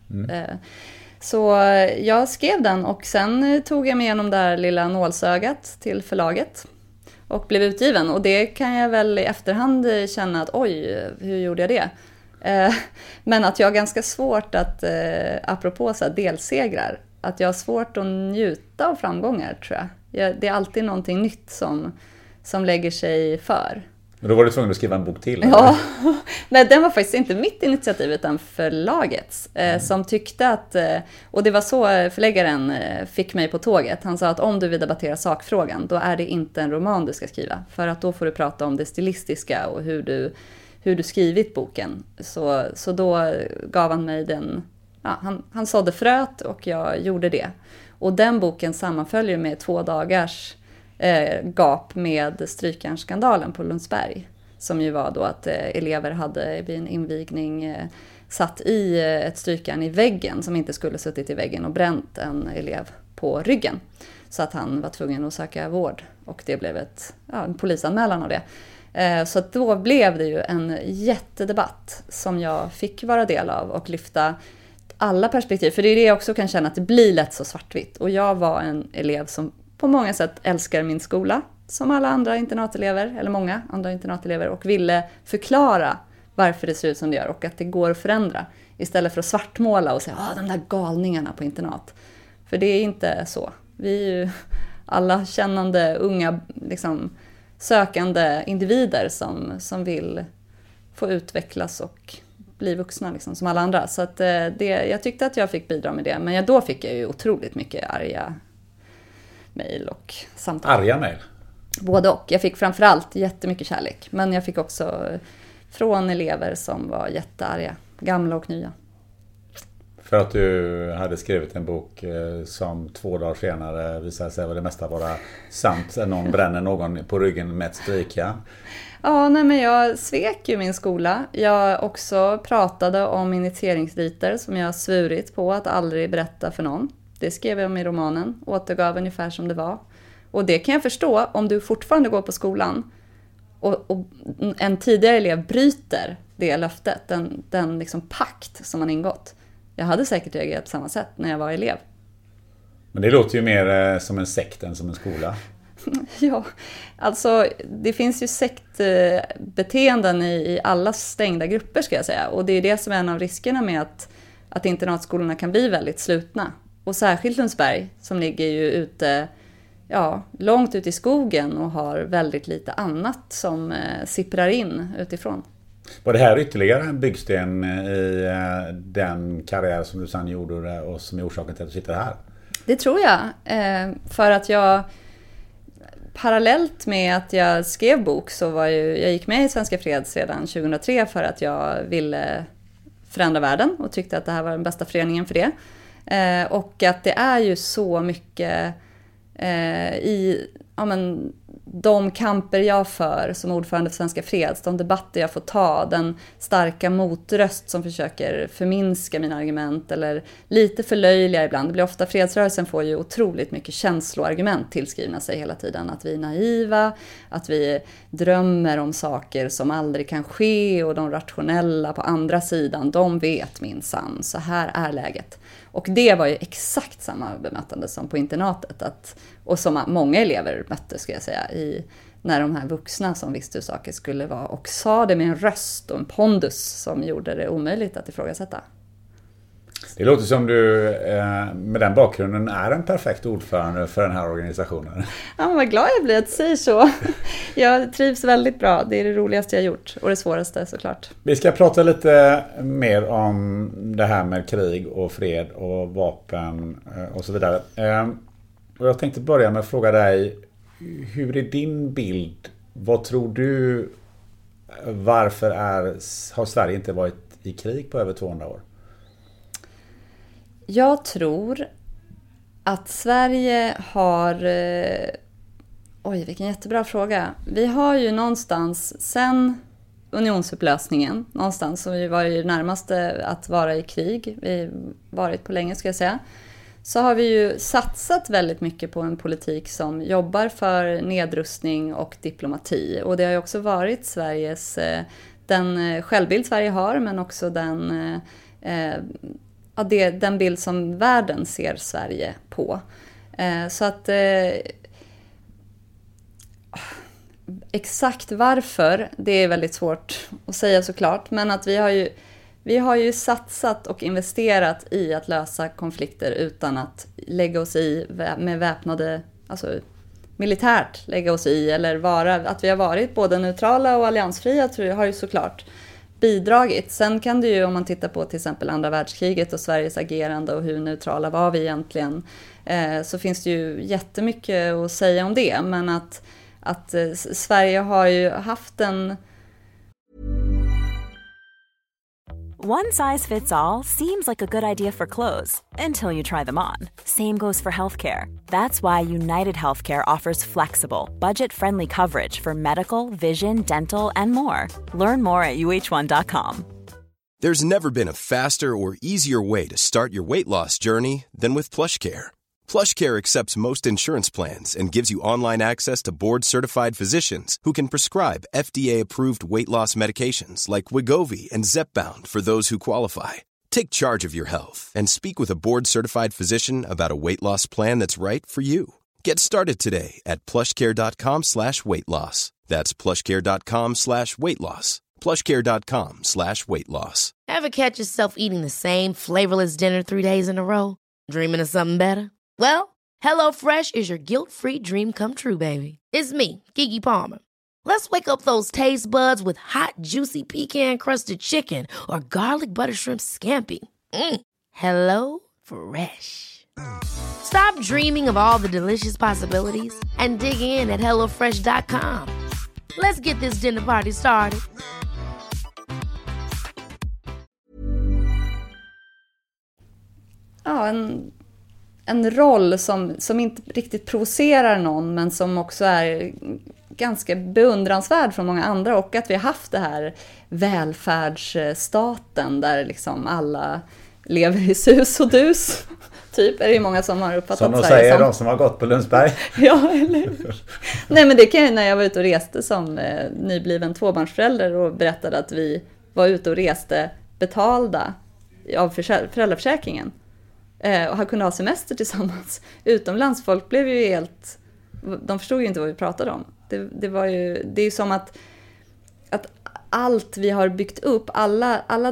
Så jag skrev den och sen tog jag mig igenom det här lilla nålsögat till förlaget och blev utgiven. Och det kan jag väl i efterhand känna att oj, hur gjorde jag det? Men att jag har ganska svårt att, apropå så här delsegrar, att jag har svårt att njuta av framgångar, tror jag. Det är alltid någonting nytt som lägger sig för. Men då var du tvungen att skriva en bok till? Ja, men den var faktiskt inte mitt initiativ utan förlagets. Som tyckte att, och det var så förläggaren fick mig på tåget. Han sa att om du vill debattera sakfrågan, då är det inte en roman du ska skriva. För att då får du prata om det stilistiska och hur du skrivit boken. Så då gav han mig den. Ja, han sådde fröet och jag gjorde det. Och den boken sammanföljer med 2 dagars gap med strykjärnsskandalen på Lundsberg. Som ju var då att elever hade vid en invigning satt i ett strykjärn i väggen som inte skulle suttit i väggen och bränt en elev på ryggen. Så att han var tvungen att söka vård och det blev en polisanmälan av det. Så att då blev det ju en jättedebatt som jag fick vara del av och lyfta alla perspektiv. För det är det jag också kan känna att det blir lätt så svartvitt. Och jag var en elev som på många sätt älskar min skola. Som alla andra internatelever, eller många andra internatelever. Och ville förklara varför det ser ut som det gör och att det går att förändra. Istället för att svartmåla och säga de där galningarna på internat. För det är inte så. Vi är ju alla kännande, unga, liksom, sökande individer som vill få utvecklas och bli vuxna liksom, som alla andra. Så att, jag tyckte att jag fick bidra med det. Men då fick jag ju otroligt mycket arga mejl och samtal. Arga mejl? Både och. Jag fick framförallt jättemycket kärlek. Men jag fick också från elever som var jättearga. Gamla och nya. För att du hade skrivit en bok som 2 dagar senare visade sig vara det mesta vara sant. Någon bränner någon på ryggen med ett strykjärn. Ja, nej, men jag svek ju min skola. Jag också pratade om initieringsriter som jag svurit på att aldrig berätta för någon. Det skrev jag om i romanen. Återgav ungefär som det var. Och det kan jag förstå om du fortfarande går på skolan och en tidigare elev bryter det löftet, den liksom pakt som man ingått. Jag hade säkert reagerat på samma sätt när jag var elev. Men det låter ju mer som en sekt än som en skola. Ja, alltså det finns ju sektbeteenden i alla stängda grupper ska jag säga. Och det är det som är en av riskerna med att internatskolorna kan bli väldigt slutna. Och särskilt Lundsberg som ligger ju ute, långt ut i skogen och har väldigt lite annat som sipprar in utifrån. Var det här ytterligare en byggsten i den karriär som du sedan gjorde och som är orsaken till att du sitter här? Det tror jag. För att jag parallellt med att jag skrev bok så var jag gick med i Svenska Freds redan 2003 för att jag ville förändra världen och tyckte att det här var den bästa föreningen för det. Och att det är ju så mycket i de kamper jag för som ordförande för Svenska Freds, de debatter jag får ta, den starka motröst som försöker förminska mina argument eller lite förlöjliga ibland. Det blir ofta, fredsrörelsen får ju otroligt mycket känsloargument tillskrivna sig hela tiden. Att vi är naiva, att vi drömmer om saker som aldrig kan ske och de rationella på andra sidan, de vet minsann, så här är läget. Och det var ju exakt samma bemötande som på internatet. Och som många elever mötte ska jag säga. När de här vuxna som visste hur saker skulle vara. Och sa det med en röst och en pondus som gjorde det omöjligt att ifrågasätta. Det låter som du med den bakgrunden är en perfekt ordförande för den här organisationen. Ja, vad glad jag blir att säga så. Jag trivs väldigt bra. Det är det roligaste jag gjort. Och det svåraste såklart. Vi ska prata lite mer om det här med krig och fred och vapen och så vidare. Och jag tänkte börja med att fråga dig, hur är din bild? Vad tror du, varför har Sverige inte varit i krig på över 200 år? Jag tror att Sverige har... vilken jättebra fråga. Vi har ju någonstans sen unionsupplösningen, någonstans som vi var ju närmaste att vara i krig, vi varit på länge ska jag säga, så har vi ju satsat väldigt mycket på en politik som jobbar för nedrustning och diplomati. Och det har ju också varit Sveriges, den självbild Sverige har, men också den bild som världen ser Sverige på. Så att exakt varför, det är väldigt svårt att säga såklart. Men att vi har ju satsat och investerat i att lösa konflikter utan att lägga oss i med väpnade, alltså militärt lägga oss i. Eller att vi har varit både neutrala och alliansfria tror jag har ju såklart bidragit. Sen kan det ju, om man tittar på till exempel andra världskriget och Sveriges agerande och hur neutrala var vi egentligen, så finns det ju jättemycket att säga om det. Men att Sverige har ju haft en... One size fits all seems like a good idea for clothes until you try them on. Same goes for healthcare. That's why United Healthcare offers flexible, budget-friendly coverage for medical, vision, dental, and more. Learn more at uh1.com. There's never been a faster or easier way to start your weight loss journey than with PlushCare. PlushCare accepts most insurance plans and gives you online access to board-certified physicians who can prescribe FDA-approved weight loss medications like Wegovy and Zepbound for those who qualify. Take charge of your health and speak with a board-certified physician about a weight loss plan that's right for you. Get started today at plushcare.com/weightloss. That's plushcare.com/weightloss. plushcare.com/weightloss. Ever catch yourself eating the same flavorless dinner 3 days in a row? Dreaming of something better? Well, HelloFresh is your guilt-free dream come true, baby. It's me, Keke Palmer. Let's wake up those taste buds with hot, juicy pecan-crusted chicken or garlic butter shrimp scampi. Hello Fresh. Stop dreaming of all the delicious possibilities and dig in at HelloFresh.com. Let's get this dinner party started. Ja, en roll som inte riktigt provocerar någon, men som också är ganska beundransvärd från många andra, och att vi har haft det här välfärdsstaten där liksom alla lever i sus och dus. Typ är det ju många som har uppfattat som de Sverige säger, som. de som har gått på Lundsberg. Ja, eller hur? Nej, men det kan jag, när jag var ute och reste som nybliven tvåbarnsförälder och berättade att vi var ute och reste betalda av föräldraförsäkringen och kunde ha semester tillsammans utomlands. Folk blev ju helt, de förstod ju inte vad vi pratade om. Det är ju som att allt vi har byggt upp, alla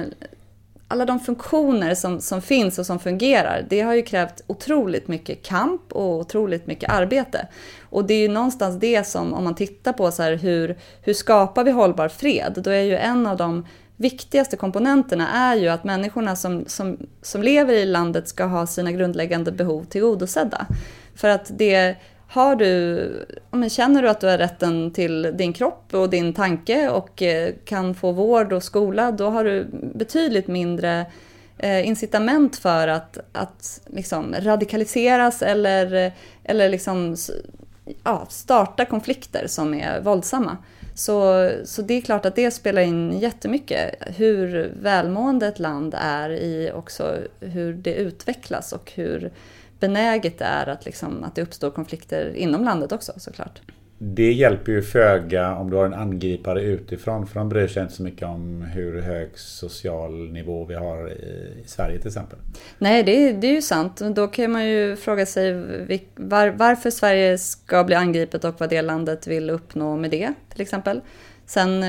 de funktioner som finns och som fungerar, det har ju krävt otroligt mycket kamp och otroligt mycket arbete. Och det är ju någonstans det som, om man tittar på så här, hur skapar vi hållbar fred, då är ju en av de viktigaste komponenterna är ju att människorna som lever i landet ska ha sina grundläggande behov tillgodosedda. För att det känner du att du har rätten till din kropp och din tanke och kan få vård och skola, då har du betydligt mindre incitament för att liksom radikaliseras eller liksom, starta konflikter som är våldsamma. Så det är klart att det spelar in jättemycket hur välmående ett land är i, också hur det utvecklas och hur benäget det är att det uppstår konflikter inom landet också, såklart. Det hjälper ju föga om du har en angripare utifrån, för de bryr sig inte så mycket om hur hög social nivå vi har i Sverige till exempel. Nej, det är ju sant. Då kan man ju fråga sig varför Sverige ska bli angripet och vad det landet vill uppnå med det, till exempel. Sen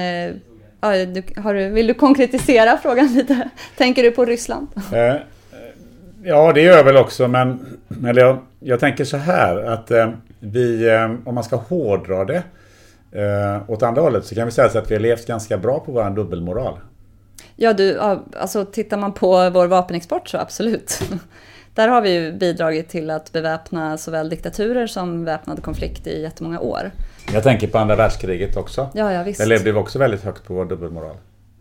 vill du konkretisera frågan lite? Tänker du på Ryssland? Ja, det gör jag väl också, men jag tänker så här att om man ska hårdra det åt andra hållet, så kan vi säga att vi har levt ganska bra på vår dubbelmoral. Ja, alltså tittar man på vår vapenexport så absolut. Där har vi ju bidragit till att beväpna såväl diktaturer som väpnade konflikt i jättemånga år. Jag tänker på andra världskriget också. Ja, visst. Där levde vi också väldigt högt på vår dubbelmoral.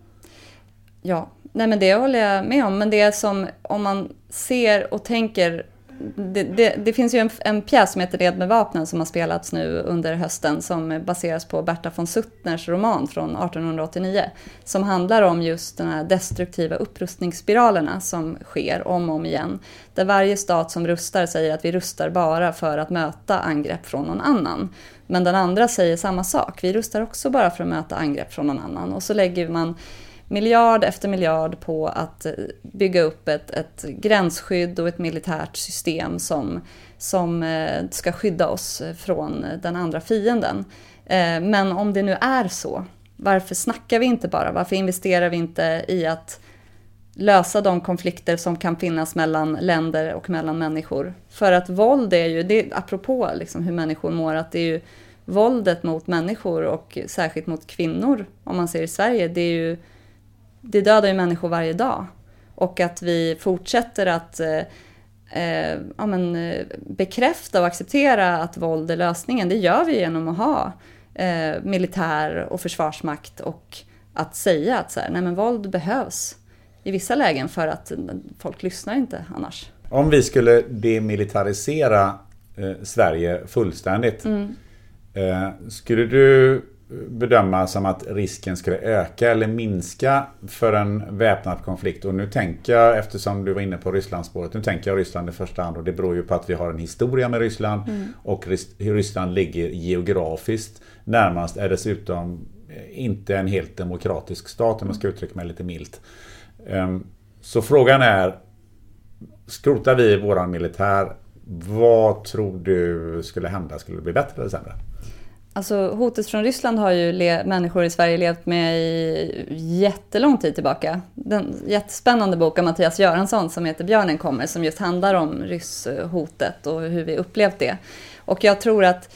Ja, nej, men det håller jag med om. Men det är som, om man ser och tänker, det finns ju en pjäs som heter Red med vapnen som har spelats nu under hösten, som baseras på Berta von Suttners roman från 1889, som handlar om just den här destruktiva upprustningsspiralerna som sker om och om igen, där varje stat som rustar säger att vi rustar bara för att möta angrepp från någon annan, men den andra säger samma sak, vi rustar också bara för att möta angrepp från någon annan, och så lägger man miljard efter miljard på att bygga upp ett gränsskydd och ett militärt system som ska skydda oss från den andra fienden. Men om det nu är så, varför snackar vi inte bara? Varför investerar vi inte i att lösa de konflikter som kan finnas mellan länder och mellan människor? För att våld är ju, det, apropå liksom hur människor mår, att det är ju våldet mot människor och särskilt mot kvinnor, om man ser i Sverige, det dödar ju människor varje dag. Och att vi fortsätter att bekräfta och acceptera att våld är lösningen, det gör vi genom att ha militär och försvarsmakt, och att säga att nej, men våld behövs i vissa lägen för att folk lyssnar inte annars. Om vi skulle demilitarisera Sverige fullständigt, skulle du bedöma som att risken skulle öka eller minska för en väpnad konflikt? Och nu tänker jag, eftersom du var inne på Rysslandsspåret, nu tänker jag Ryssland i första hand, och det beror ju på att vi har en historia med Ryssland och hur Ryssland ligger geografiskt närmast är dessutom inte en helt demokratisk stat, om man ska uttrycka mig lite milt. Så frågan är, skrotar vi våran militär, vad tror du skulle hända? Skulle det bli bättre eller sämre? Alltså hotet från Ryssland har ju människor i Sverige levt med i jättelång tid tillbaka. Den jättespännande bok av Mattias Göransson som heter Björnen kommer, som just handlar om rysshotet och hur vi upplevt det. Och jag tror att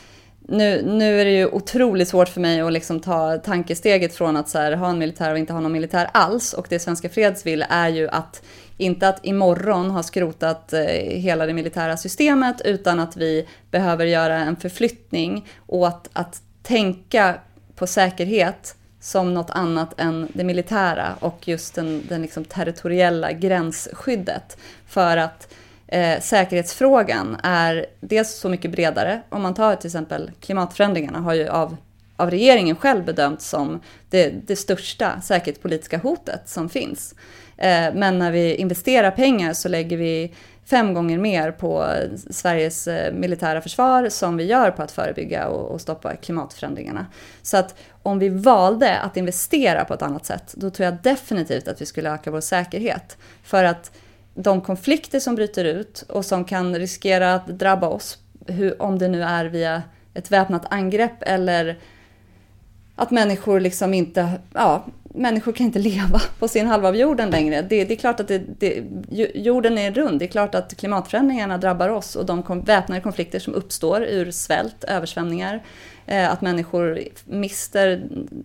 Nu är det ju otroligt svårt för mig att liksom ta tankesteget från att så här, ha en militär och inte ha någon militär alls. Och det Svenska Freds vill är ju att inte att imorgon ha skrotat hela det militära systemet, utan att vi behöver göra en förflyttning och att tänka på säkerhet som något annat än det militära och just den liksom territoriella gränsskyddet. För att säkerhetsfrågan är dels så mycket bredare. Om man tar till exempel klimatförändringarna har ju av regeringen själv bedömt som det största säkerhetspolitiska hotet som finns. Men när vi investerar pengar så lägger vi 5 gånger mer på Sveriges militära försvar som vi gör på att förebygga och stoppa klimatförändringarna. Så att om vi valde att investera på ett annat sätt, då tror jag definitivt att vi skulle öka vår säkerhet. För att de konflikter som bryter ut och som kan riskera att drabba oss, om det nu är via ett väpnat angrepp eller att människor liksom inte, människor kan inte leva på sin halva av jorden längre. Det är klart att jorden är rund. Det är klart att klimatförändringarna drabbar oss och de väpnade konflikter som uppstår ur svält, översvämningar, att människor mister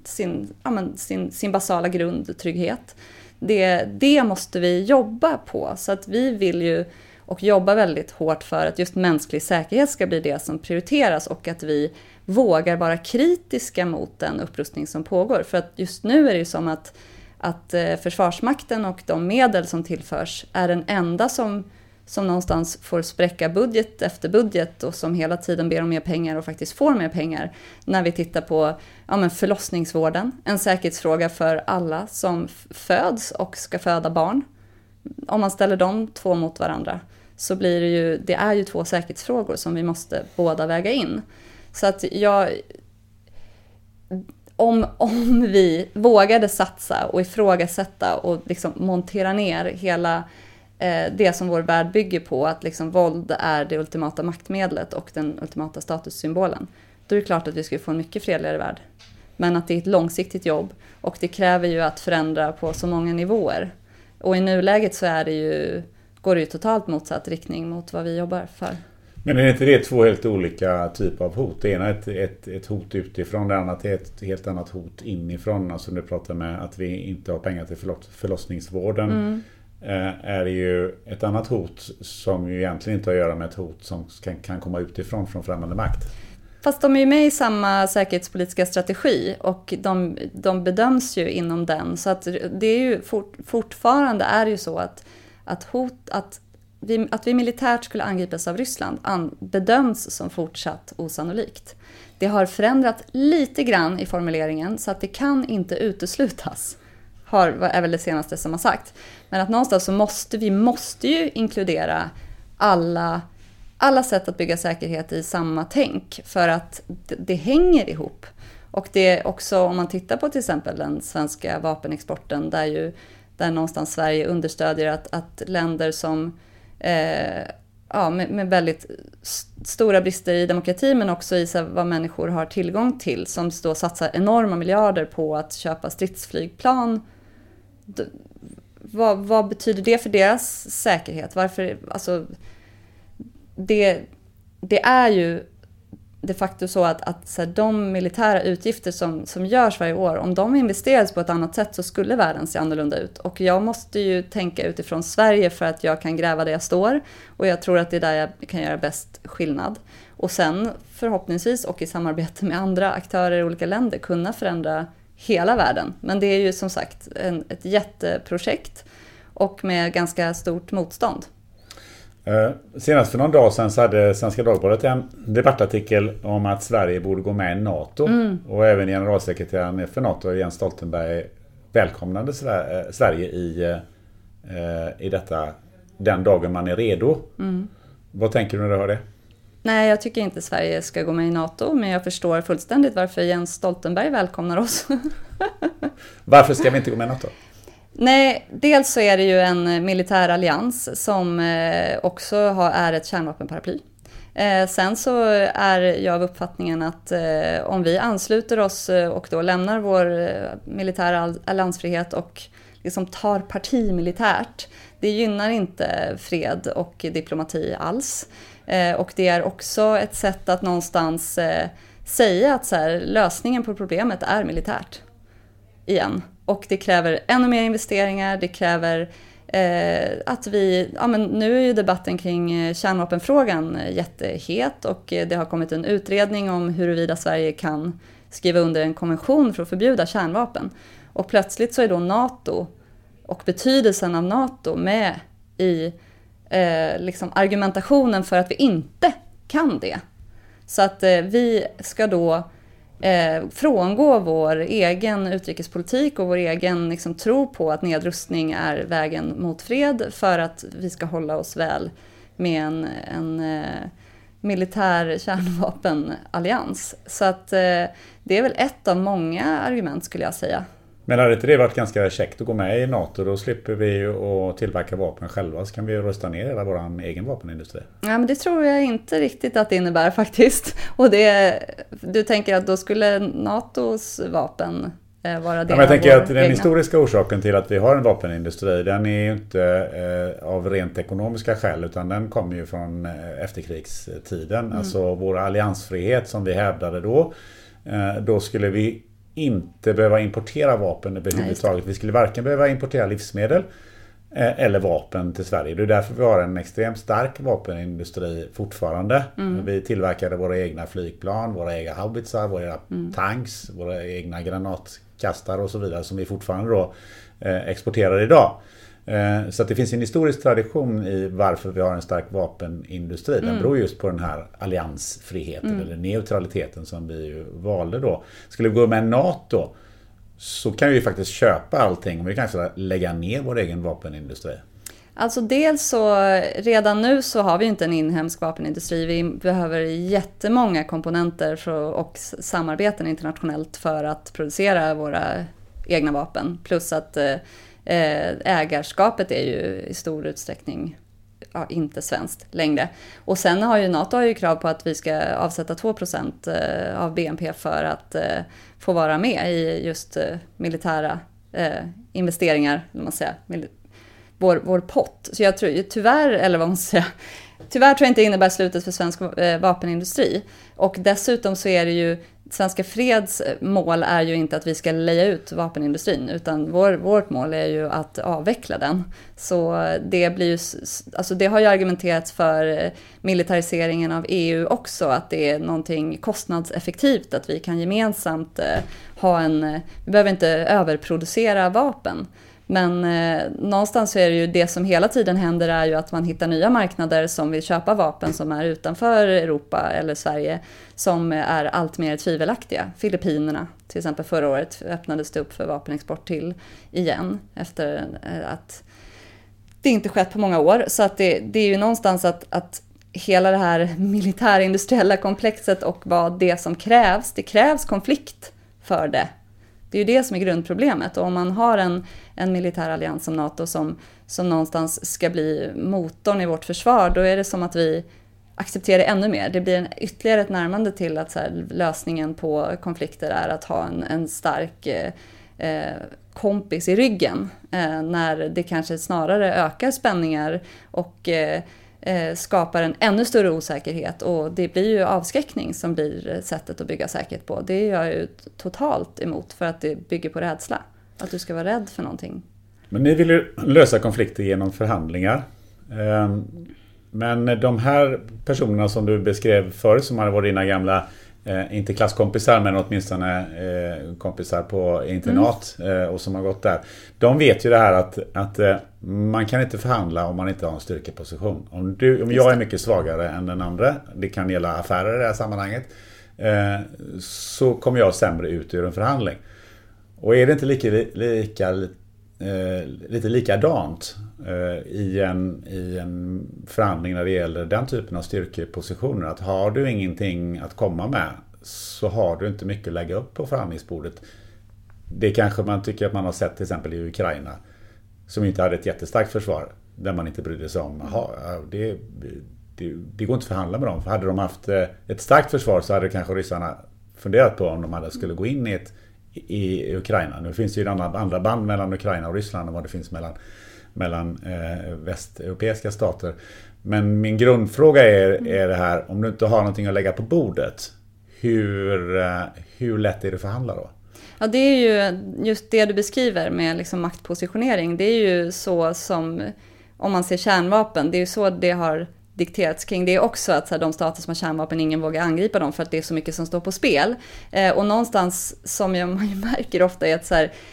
sin basala grundtrygghet. Det måste vi jobba på. Så att vi vill ju och jobba väldigt hårt för att just mänsklig säkerhet ska bli det som prioriteras och att vi vågar vara kritiska mot den upprustning som pågår. För att just nu är det ju som att Försvarsmakten och de medel som tillförs är den enda som någonstans får spräcka budget efter budget och som hela tiden ber om mer pengar och faktiskt får mer pengar. När vi tittar på förlossningsvården, en säkerhetsfråga för alla som föds och ska föda barn. Om man ställer de två mot varandra så blir det är ju 2 säkerhetsfrågor som vi måste båda väga in. Så att om vi vågade satsa och ifrågasätta och liksom montera ner hela det som vår värld bygger på, att liksom våld är det ultimata maktmedlet och den ultimata statussymbolen, då är det klart att vi skulle få en mycket fredligare värld. Men att det är ett långsiktigt jobb och det kräver ju att förändra på så många nivåer. Och i nuläget så går det ju totalt motsatt riktning mot vad vi jobbar för. Men är inte det 2 helt olika typer av hot? Det ena är ett hot utifrån, det andra är ett helt annat hot inifrån. Alltså du pratar med att vi inte har pengar till förlossningsvården. Är ju ett annat hot som ju egentligen inte har att göra med ett hot som kan komma utifrån från främmande makt. Fast de är ju med i samma säkerhetspolitiska strategi och de bedöms ju inom den. Så att det är ju fortfarande är det ju så att vi militärt skulle angripas av Ryssland bedöms som fortsatt osannolikt. Det har förändrat lite grann i formuleringen så att det kan inte uteslutas. Är väl det senaste som har sagt. Men att någonstans så måste ju inkludera alla sätt att bygga säkerhet i samma tänk. För att det hänger ihop. Och det är också, om man tittar på till exempel den svenska vapenexporten, där någonstans Sverige understödjer att länder som med väldigt stora brister i demokrati, men också i vad människor har tillgång till, som då satsar enorma miljarder på att köpa stridsflygplan. Vad betyder det för deras säkerhet? Varför, alltså, det är ju de facto så att så här, de militära utgifter som görs varje år, om de investeras på ett annat sätt så skulle världen se annorlunda ut. Och jag måste ju tänka utifrån Sverige för att jag kan gräva där jag står. Och jag tror att det är där jag kan göra bäst skillnad. Och sen förhoppningsvis och i samarbete med andra aktörer i olika länder kunna förändra hela världen. Men det är ju som sagt ett jätteprojekt och med ganska stort motstånd. Senast för någon dag sedan så hade Svenska Dagbladet en debattartikel om att Sverige borde gå med i NATO. Och även generalsekreteraren för NATO, Jens Stoltenberg, välkomnade Sverige i detta den dagen man är redo. Vad tänker du när du hör det? Nej, jag tycker inte Sverige ska gå med i NATO, men jag förstår fullständigt varför Jens Stoltenberg välkomnar oss. Varför ska vi inte gå med i NATO? Nej, dels så är det ju en militär allians som också är ett kärnvapenparaply. Sen så är jag av uppfattningen att om vi ansluter oss och då lämnar vår militära alliansfrihet och liksom tar parti militärt, det gynnar inte fred och diplomati alls. Och det är också ett sätt att någonstans säga att så här, lösningen på problemet är militärt igen. Och det kräver ännu mer investeringar, det kräver att vi, men nu är ju debatten kring kärnvapenfrågan jättehet och det har kommit en utredning om huruvida Sverige kan skriva under en konvention för att förbjuda kärnvapen. Och plötsligt så är då NATO och betydelsen av NATO med i liksom argumentationen för att vi inte kan det. Så att vi ska då frångå vår egen utrikespolitik och vår egen liksom, tro på att nedrustning är vägen mot fred för att vi ska hålla oss väl med en militär kärnvapenallians. Så att det är väl ett av många argument skulle jag säga. Men hade inte det varit ganska käckt att gå med i NATO? Då slipper vi ju att tillverka vapen själva, så kan vi ju rösta ner hela vår egen vapenindustri. Ja, men det tror jag inte riktigt att det innebär faktiskt. Och du tänker att då skulle NATOs vapen vara det? Ja, jag tänker att den historiska orsaken till att vi har en vapenindustri, den är ju inte av rent ekonomiska skäl, utan den kommer ju från efterkrigstiden. Alltså vår alliansfrihet som vi hävdade då skulle vi inte behöva importera vapen överhuvudtaget. Vi skulle varken behöva importera livsmedel eller vapen till Sverige. Det är därför vi har en extremt stark vapenindustri fortfarande. Vi tillverkade våra egna flygplan, våra egna haubitsar, våra tanks, våra egna granatkastare och så vidare som vi fortfarande då exporterar idag. Så att det finns en historisk tradition i varför vi har en stark vapenindustri. Den beror just på den här alliansfriheten eller neutraliteten som vi ju valde då. Skulle vi gå med NATO så kan vi ju faktiskt köpa allting och vi kan alltså lägga ner vår egen vapenindustri. Alltså dels så redan nu så har vi inte en inhemsk vapenindustri. Vi behöver jättemånga komponenter och samarbeten internationellt för att producera våra egna vapen. Plus att ägarskapet är ju i stor utsträckning inte svenskt längre. Och sen har ju NATO krav på att vi ska avsätta 2% av BNP för att få vara med i just militära investeringar, vill man säga. Vår pott. Så jag tror tyvärr tror jag inte innebär slutet för svensk vapenindustri. Och dessutom så är det ju Svenska Freds mål är ju inte att vi ska leja ut vapenindustrin, utan vårt mål är ju att avveckla den. Så det blir ju, alltså det har ju argumenterats för militariseringen av EU också, att det är någonting kostnadseffektivt, att vi kan gemensamt vi behöver inte överproducera vapen. Men någonstans så är det ju det som hela tiden händer är ju att man hittar nya marknader som vill köpa vapen som är utanför Europa eller Sverige som är allt mer tvivelaktiga. Filippinerna till exempel förra året öppnades det upp för vapenexport till igen efter att det inte skett på många år. Så att det är ju någonstans att hela det här militärindustriella komplexet och vad det som krävs, det krävs konflikt för det. Det är ju det som är grundproblemet. Och om man har en militär allians som NATO som någonstans ska bli motorn i vårt försvar, då är det som att vi accepterar ännu mer. Det blir ytterligare ett närmande till att så här, lösningen på konflikter är att ha en stark kompis i ryggen. När det kanske snarare ökar spänningar och skapar en ännu större osäkerhet, och det blir ju avskräckning som blir sättet att bygga säkerhet på. Det är jag ju totalt emot, för att det bygger på rädsla. Att du ska vara rädd för någonting. Men ni vill ju lösa konflikter genom förhandlingar. Men de här personerna som du beskrev förut, som hade varit dina gamla inte klasskompisar men åtminstone kompisar på internat och som har gått där. De vet ju det här att man kan inte förhandla om man inte har en styrkeposition. Om jag är mycket svagare än den andra, det kan gälla affärer i det här sammanhanget, så kommer jag sämre ut ur en förhandling. Och är det inte lite likadant i en förhandling när det gäller den typen av styrkepositioner, att har du ingenting att komma med så har du inte mycket att lägga upp på förhandlingsbordet. Det kanske man tycker att man har sett till exempel i Ukraina, som inte hade ett jättestarkt försvar, där man inte brydde sig om det går inte att förhandla med dem. För hade de haft ett starkt försvar så hade kanske ryssarna funderat på om de skulle gå in i Ukraina. Nu finns det ju andra band mellan Ukraina och Ryssland än vad det finns mellan västeuropeiska stater. Men min grundfråga är det här: om du inte har någonting att lägga på bordet, hur lätt är det att förhandla då? Ja, det är ju just det du beskriver med liksom maktpositionering. Det är ju så som, om man ser kärnvapen, det är ju så det har dikterats kring. Det är också att så här, de stater som har kärnvapen, ingen vågar angripa dem för att det är så mycket som står på spel. Och någonstans som man ju märker ofta är att så här,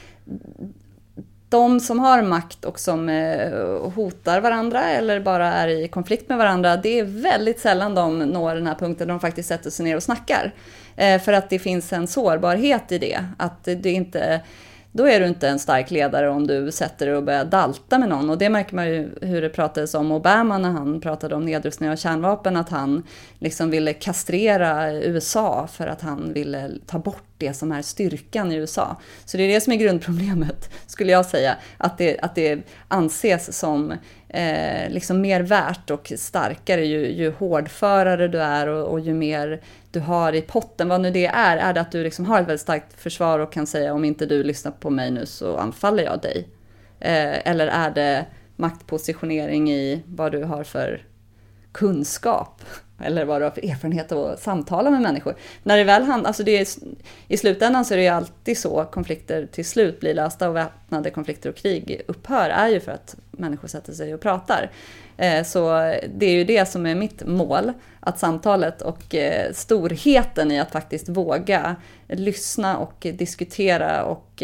de som har makt och som hotar varandra eller bara är i konflikt med varandra, det är väldigt sällan de når den här punkten där de faktiskt sätter sig ner och snackar. För att det finns en sårbarhet i det. Att det inte, då är du inte en stark ledare om du sätter dig och börjar dalta med någon. Och det märker man ju hur det pratades om Obama när han pratade om nedrustning av kärnvapen. Att han liksom ville kastrera USA för att han ville ta bort det som är styrkan i USA. Så det är det som är grundproblemet, skulle jag säga. Att det anses som liksom mer värt och starkare ju hårdförare du är och ju mer du har i potten. Vad nu det är det att du liksom har ett väldigt starkt försvar och kan säga om inte du lyssnar på mig nu så anfaller jag dig. Eller är det maktpositionering i vad du har för kunskap eller vad du har för erfarenhet av att samtala med människor. När det väl alltså det är, i slutändan så är det ju alltid så konflikter till slut blir lösta och väpnade konflikter och krig upphör är ju för att människor sätter sig och pratar. Så det är ju det som är mitt mål, att samtalet och storheten i att faktiskt våga lyssna och diskutera och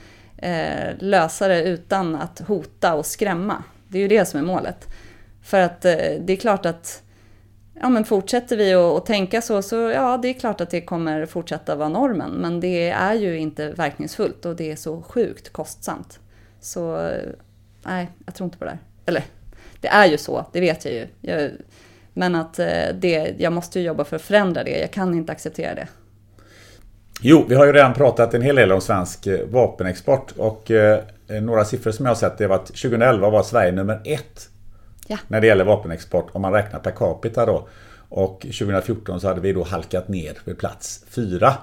lösa det utan att hota och skrämma. Det är ju det som är målet. För att det är klart att men fortsätter vi att tänka så ja, det är klart att det kommer fortsätta vara normen. Men det är ju inte verkningsfullt och det är så sjukt kostsamt. Så nej, jag tror inte på det där. Eller, det är ju så, det vet jag ju. Men att jag måste ju jobba för att förändra det. Jag kan inte acceptera det. Jo, vi har ju redan pratat en hel del om svensk vapenexport. Och några siffror som jag har sett är att 2011 var Sverige nummer 1. Ja. När det gäller vapenexport, om man räknar per capita då. Och 2014 så hade vi då halkat ner vid plats 4.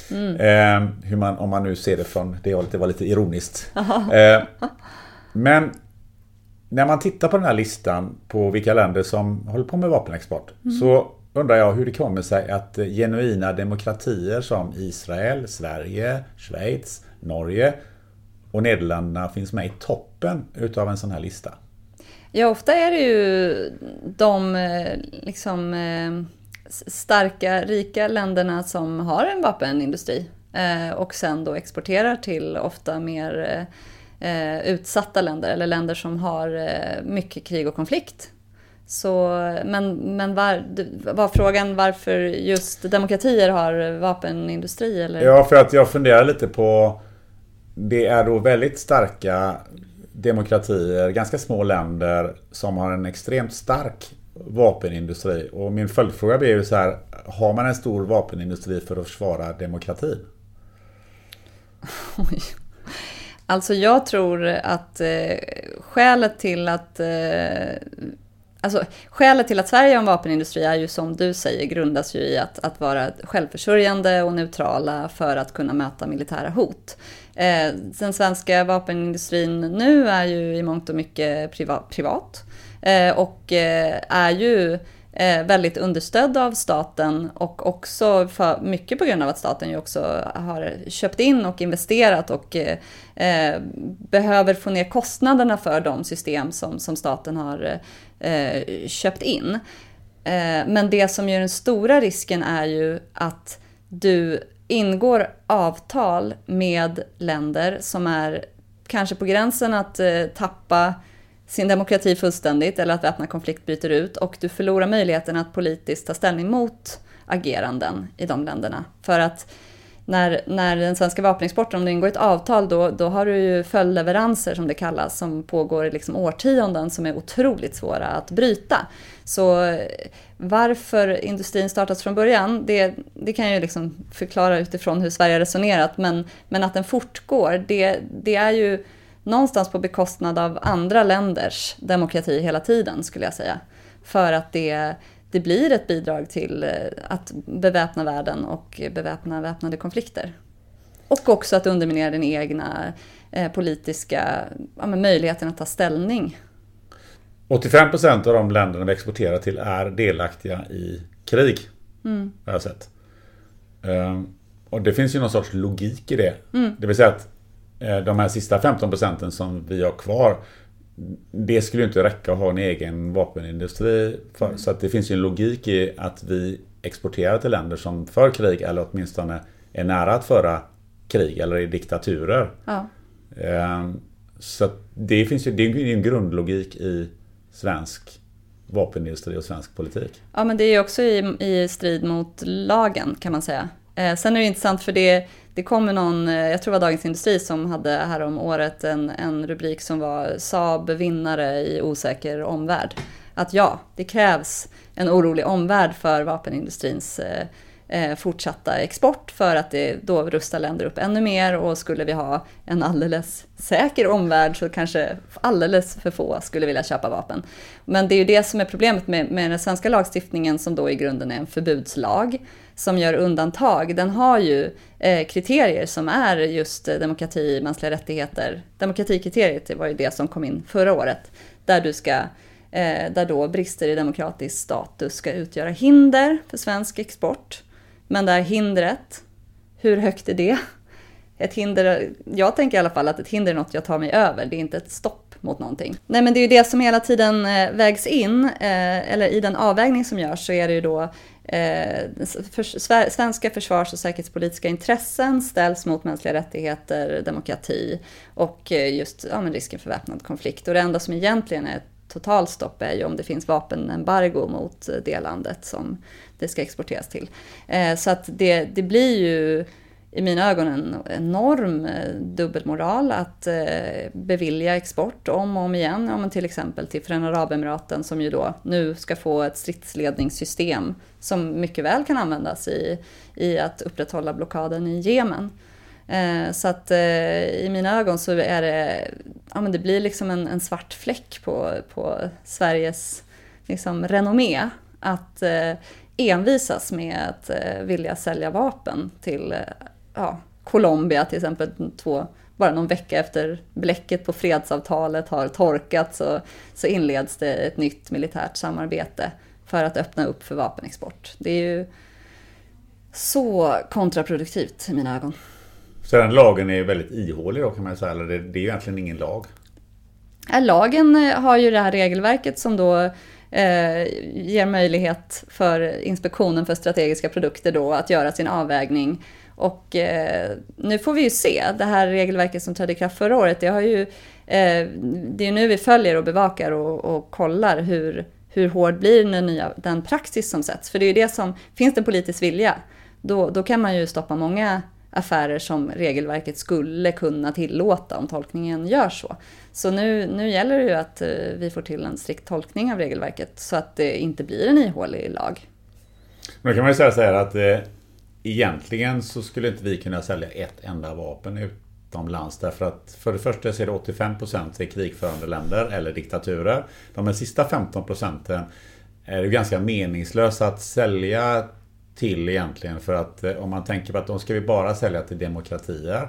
Om man nu ser det från det hållet, det var lite ironiskt. Men när man tittar på den här listan på vilka länder som håller på med vapenexport så undrar jag hur det kommer sig att genuina demokratier som Israel, Sverige, Schweiz, Norge och Nederländerna finns med i toppen utav en sån här lista. Ja, ofta är det ju de liksom starka, rika länderna som har en vapenindustri och sen då exporterar till ofta mer utsatta länder eller länder som har mycket krig och konflikt. Så, men var frågan varför just demokratier har vapenindustri? Eller? Ja, för att jag funderar lite på, det är då väldigt starka demokratier, ganska små länder som har en extremt stark vapenindustri. Och min följdfråga blir ju så här, har man en stor vapenindustri för att försvara demokratin? Oj. Alltså jag tror att skälet till att Sverige har en vapenindustri är ju som du säger grundas ju i att vara självförsörjande och neutrala för att kunna möta militära hot. Den svenska vapenindustrin nu är ju i mångt och mycket privat och är ju väldigt understödd av staten och också mycket på grund av att staten ju också har köpt in och investerat och behöver få ner kostnaderna för de system som staten har köpt in. Men det som gör den stora risken är ju att du ingår avtal med länder som är kanske på gränsen att tappa sin demokrati fullständigt eller att väpnad konflikt bryter ut och du förlorar möjligheten att politiskt ta ställning mot ageranden i de länderna. För att när den svenska vapenexporten, om det ingår ett avtal, då har du ju följdleveranser som det kallas, som pågår i liksom årtionden som är otroligt svåra att bryta. Så varför industrin startats från början, det kan jag ju liksom förklara utifrån hur Sverige har resonerat, men att den fortgår, det är ju någonstans på bekostnad av andra länders demokrati hela tiden, skulle jag säga. För att det blir ett bidrag till att beväpna världen och beväpna väpnade konflikter. Och också att underminera den egna politiska möjligheten att ta ställning. 85% av de länderna vi exporterar till är delaktiga i krig. Har jag sett. Och det finns ju någon sorts logik i det. Det vill säga att de här sista 15% som vi har kvar, det skulle inte räcka att ha en egen vapenindustri för. Så att det finns ju en logik i att vi exporterar till länder som för krig eller åtminstone är nära att föra krig eller i diktaturer. Ja. Så det finns ju, det är en grundlogik i svensk vapenindustri och svensk politik. Ja, men det är ju också i strid mot lagen kan man säga. Sen är det intressant för det kommer någon, jag tror det var Dagens Industri som hade här om året en rubrik som var Saab vinnare i osäker omvärld. Att ja, det krävs en orolig omvärld för vapenindustrins fortsatta export för att det då rustar länder upp ännu mer, och skulle vi ha en alldeles säker omvärld så kanske alldeles för få skulle vilja köpa vapen. Men det är ju det som är problemet med den svenska lagstiftningen, som då i grunden är en förbudslag som gör undantag. Den har ju kriterier som är just demokrati, mänskliga rättigheter. Demokratikriteriet var ju det som kom in förra året, där då brister i demokratisk status ska utgöra hinder för svensk export. Men där hindret, hur högt är det? Ett hinder, jag tänker i alla fall att ett hinder är något jag tar mig över, det är inte ett stopp mot någonting. Nej, men det är ju det som hela tiden vägs in, eller i den avvägning som görs så är det ju då svenska försvars- och säkerhetspolitiska intressen ställs mot mänskliga rättigheter, demokrati och just risken för väpnad konflikt. Och det enda som egentligen är totalstopp är ju om det finns vapenembargo mot det landet som det ska exporteras till. Så att det blir ju i mina ögon en enorm dubbelmoral att bevilja export om och om igen. Ja, men till exempel till Förenade Arabemiraten som ju då nu ska få ett stridsledningssystem som mycket väl kan användas i att upprätthålla blockaden i Jemen. Så att i mina ögon så är det, det blir liksom en svart fläck på Sveriges liksom renommé att envisas med att vilja sälja vapen till Colombia till exempel, bara någon vecka efter bläcket på fredsavtalet har torkat så inleds det ett nytt militärt samarbete för att öppna upp för vapenexport. Det är ju så kontraproduktivt i mina ögon. Så den lagen är väldigt ihålig då kan man säga, eller det är ju egentligen ingen lag? Lagen har ju det här regelverket som då ger möjlighet för Inspektionen för strategiska produkter då att göra sin avvägning. Och nu får vi ju se, det här regelverket som trädde i kraft förra året, det är nu vi följer och bevakar och kollar hur hård blir den praxis som sätts. För det är ju det som, finns det politisk vilja, då kan man ju stoppa många affärer som regelverket skulle kunna tillåta om tolkningen gör så. Så nu gäller det ju att vi får till en strikt tolkning av regelverket så att det inte blir en ihålig lag. Men då kan man ju säga så här att egentligen så skulle inte vi kunna sälja ett enda vapen utomlands, därför att för det första så är det 85% i krigförande länder eller diktaturer. De här sista 15% är det ganska meningslöst att sälja till egentligen, för att om man tänker på att de ska vi bara sälja till demokratier,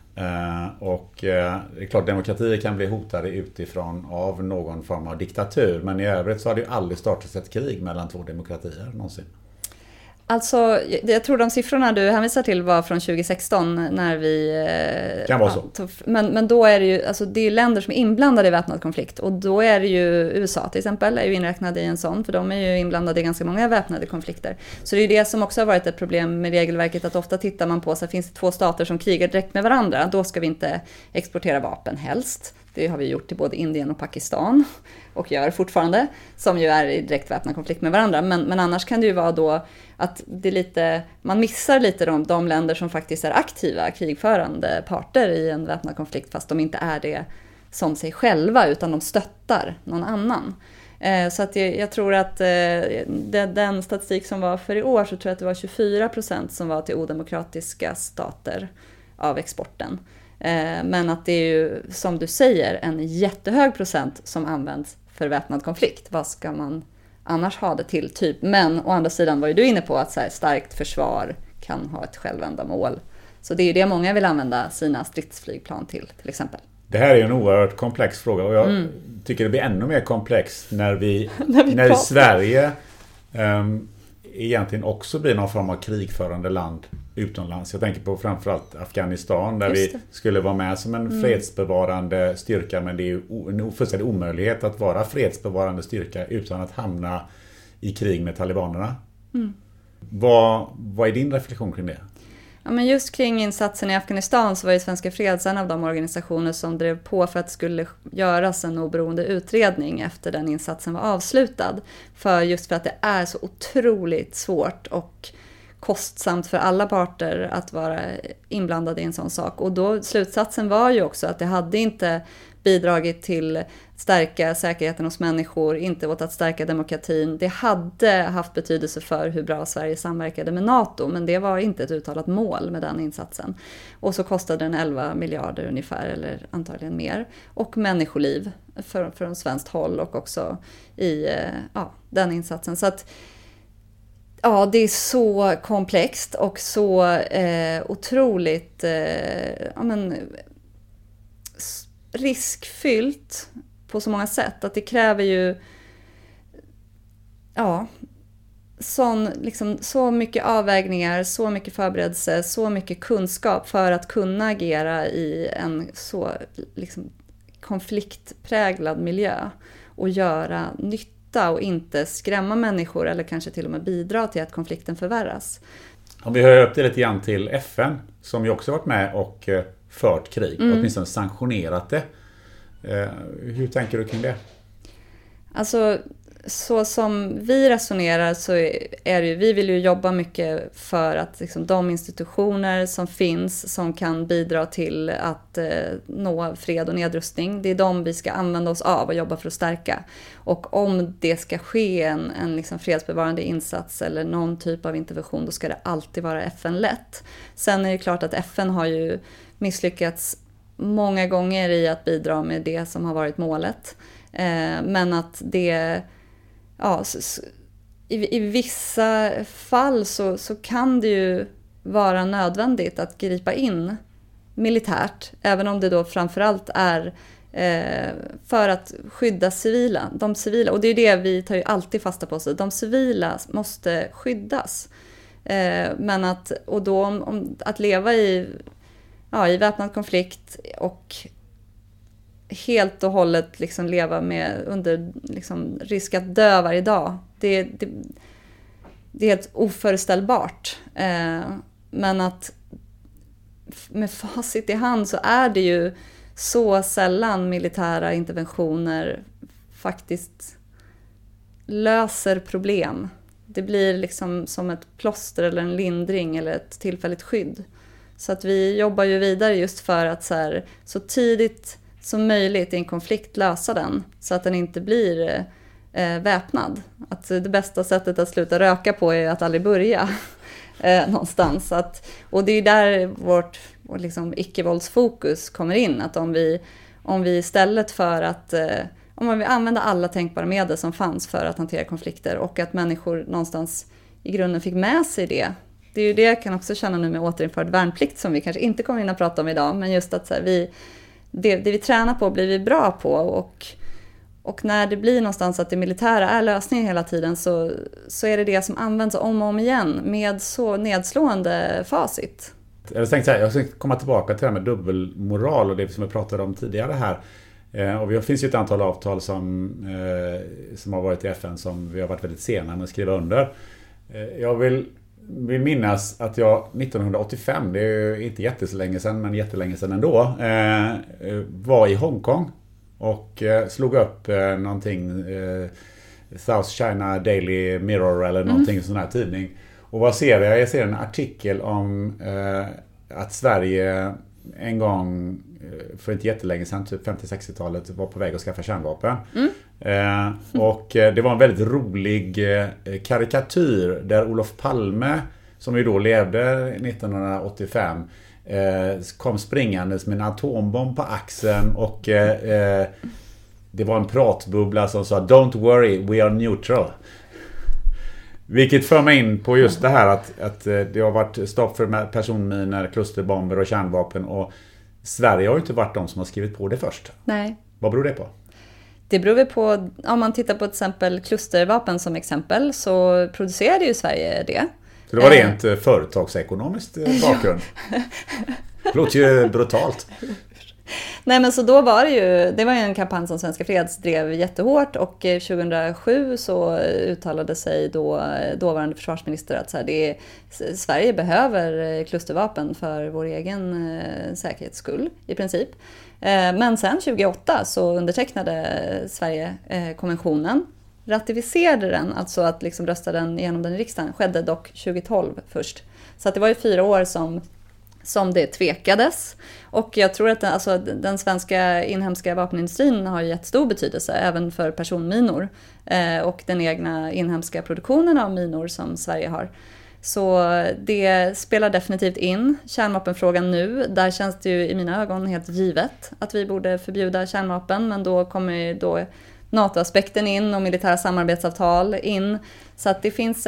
och det är klart demokratier kan bli hotade utifrån av någon form av diktatur, men i övrigt så har det ju aldrig startats ett krig mellan två demokratier någonsin. Alltså, jag tror de siffrorna du hänvisar till var från 2016 när vi... Kan vara så. Men då är det ju, alltså det är länder som är inblandade i väpnad konflikt, och då är det ju USA till exempel är ju inräknade i en sån, för de är ju inblandade i ganska många väpnade konflikter. Så det är ju det som också har varit ett problem med regelverket, att ofta tittar man på så finns det två stater som krigar direkt med varandra, då ska vi inte exportera vapen helst. Det har vi gjort till både Indien och Pakistan och gör fortfarande, som ju är i direkt väpnad konflikt med varandra. Men annars kan det ju vara då att det är lite, man missar lite de länder som faktiskt är aktiva krigförande parter i en väpnad konflikt, fast de inte är det som sig själva utan de stöttar någon annan. Så att jag tror att den statistik som var för i år, så tror jag att det var 24% som var till odemokratiska stater av exporten. Men att det är ju, som du säger, en jättehög procent som används för väpnad konflikt. Vad ska man annars ha det till typ? Men å andra sidan var ju du inne på att så här, starkt försvar kan ha ett självändamål. Så det är ju det många vill använda sina stridsflygplan till exempel. Det här är ju en oerhört komplex fråga, och jag tycker det blir ännu mer komplext när vi i Sverige egentligen också bli någon form av krigförande land utomlands. Jag tänker på framförallt Afghanistan där vi skulle vara med som en fredsbevarande styrka, men det är ju en fullständig omöjlighet att vara fredsbevarande styrka utan att hamna i krig med talibanerna. Vad är din reflektion kring det? Ja, men just kring insatsen i Afghanistan så var ju Svenska Freds en av de organisationer som drev på för att det skulle göras en oberoende utredning efter den insatsen var avslutad. Just för att det är så otroligt svårt och kostsamt för alla parter att vara inblandade i en sån sak. Och då slutsatsen var ju också att det hade inte bidragit till att stärka säkerheten hos människor, inte åt att stärka demokratin. Det hade haft betydelse för hur bra Sverige samverkade med NATO, men det var inte ett uttalat mål med den insatsen. Och så kostade den 11 miljarder ungefär, eller antagligen mer. Och människoliv från svenskt håll och också i den insatsen. Så att det är så komplext och så otroligt riskfyllt på så många sätt att det kräver ju så mycket avvägningar, så mycket förberedelse, så mycket kunskap för att kunna agera i en så konfliktpräglad miljö och göra nytta och inte skrämma människor eller kanske till och med bidra till att konflikten förvärras. Om vi hör upp det lite grann till FN som ju också varit med och fört krig, åtminstone sanktionerat det. Hur tänker du kring det? Alltså, så som vi resonerar så är det ju, vi vill ju jobba mycket för att de institutioner som finns som kan bidra till att nå fred och nedrustning, det är de vi ska använda oss av och jobba för att stärka. Och om det ska ske en fredsbevarande insats eller någon typ av intervention, då ska det alltid vara FN-lett. Sen är det klart att FN har ju misslyckats många gånger i att bidra med det som har varit målet. Men att det i vissa fall så kan det ju vara nödvändigt att gripa in militärt, även om det då framförallt är för att skydda de civila. Och det är det vi tar ju alltid fasta på, så de civila måste skyddas. Men att leva i väpnad konflikt och helt och hållet leva under risk att dö varje dag. Det är helt oföreställbart. Men att med facit i hand så är det ju så sällan militära interventioner faktiskt löser problem. Det blir som ett plåster eller en lindring eller ett tillfälligt skydd. Så att vi jobbar ju vidare just för att så tidigt som möjligt i en konflikt lösa den så att den inte blir väpnad. Att det bästa sättet att sluta röka på är att aldrig börja någonstans. Och det är där vårt icke-våldsfokus kommer in. Att om vi istället för att om vi använder alla tänkbara medel som fanns för att hantera konflikter och att människor någonstans i grunden fick med sig det. Det är ju det jag kan också känna nu med återinförd värnplikt som vi kanske inte kommer in att prata om idag. Men just att det vi tränar på blir vi bra på. Och när det blir någonstans att det militära är lösningen hela tiden så är det det som används om och om igen med så nedslående facit. Jag tänkte jag ska komma tillbaka till det här med dubbelmoral och det som vi pratade om tidigare här. Och det finns ju ett antal avtal som har varit i FN som vi har varit väldigt sena med att skriva under. Jag vill minnas att jag 1985, det är ju inte jättelänge sedan men jättelänge sedan ändå, var i Hongkong och slog upp någonting, South China Daily Mirror eller någonting sån här tidning. Och vad ser jag? Jag ser en artikel om att Sverige en gång för inte jättelänge sedan, typ 50-60-talet, var på väg att skaffa kärnvapen. Och det var en väldigt rolig karikatyr där Olof Palme, som ju då levde 1985, kom springandes med en atombomb på axeln och det var en pratbubbla som sa "Don't worry, we are neutral". Vilket för mig in på just det här att det har varit stopp för personminor, klusterbomber och kärnvapen, och Sverige har ju inte varit de som har skrivit på det först. Nej. Vad beror det på? Det beror väl på, om man tittar på till exempel klustervapen som exempel, så producerade ju Sverige det. Så det var rent företagsekonomiskt bakgrund. Det låter ju brutalt. Nej, men så då var det var ju en kampanj som Svenska Freds drev jättehårt, och 2007 så uttalade sig dåvarande försvarsminister att Sverige behöver klustervapen för vår egen säkerhets skull i princip. Men sen 2008 så undertecknade Sverige konventionen, ratificerade den, alltså att liksom rösta den igenom den i riksdagen, skedde dock 2012 först. Så att det var ju 4 år som det tvekades. Och jag tror att den svenska inhemska vapenindustrin har gett stor betydelse även för personminor och den egna inhemska produktionen av minor som Sverige har. Så det spelar definitivt in. Kärnvapenfrågan nu, där känns det ju i mina ögon helt givet att vi borde förbjuda kärnvapen, men då kommer då NATO-aspekten in och militära samarbetsavtal in. Så att det finns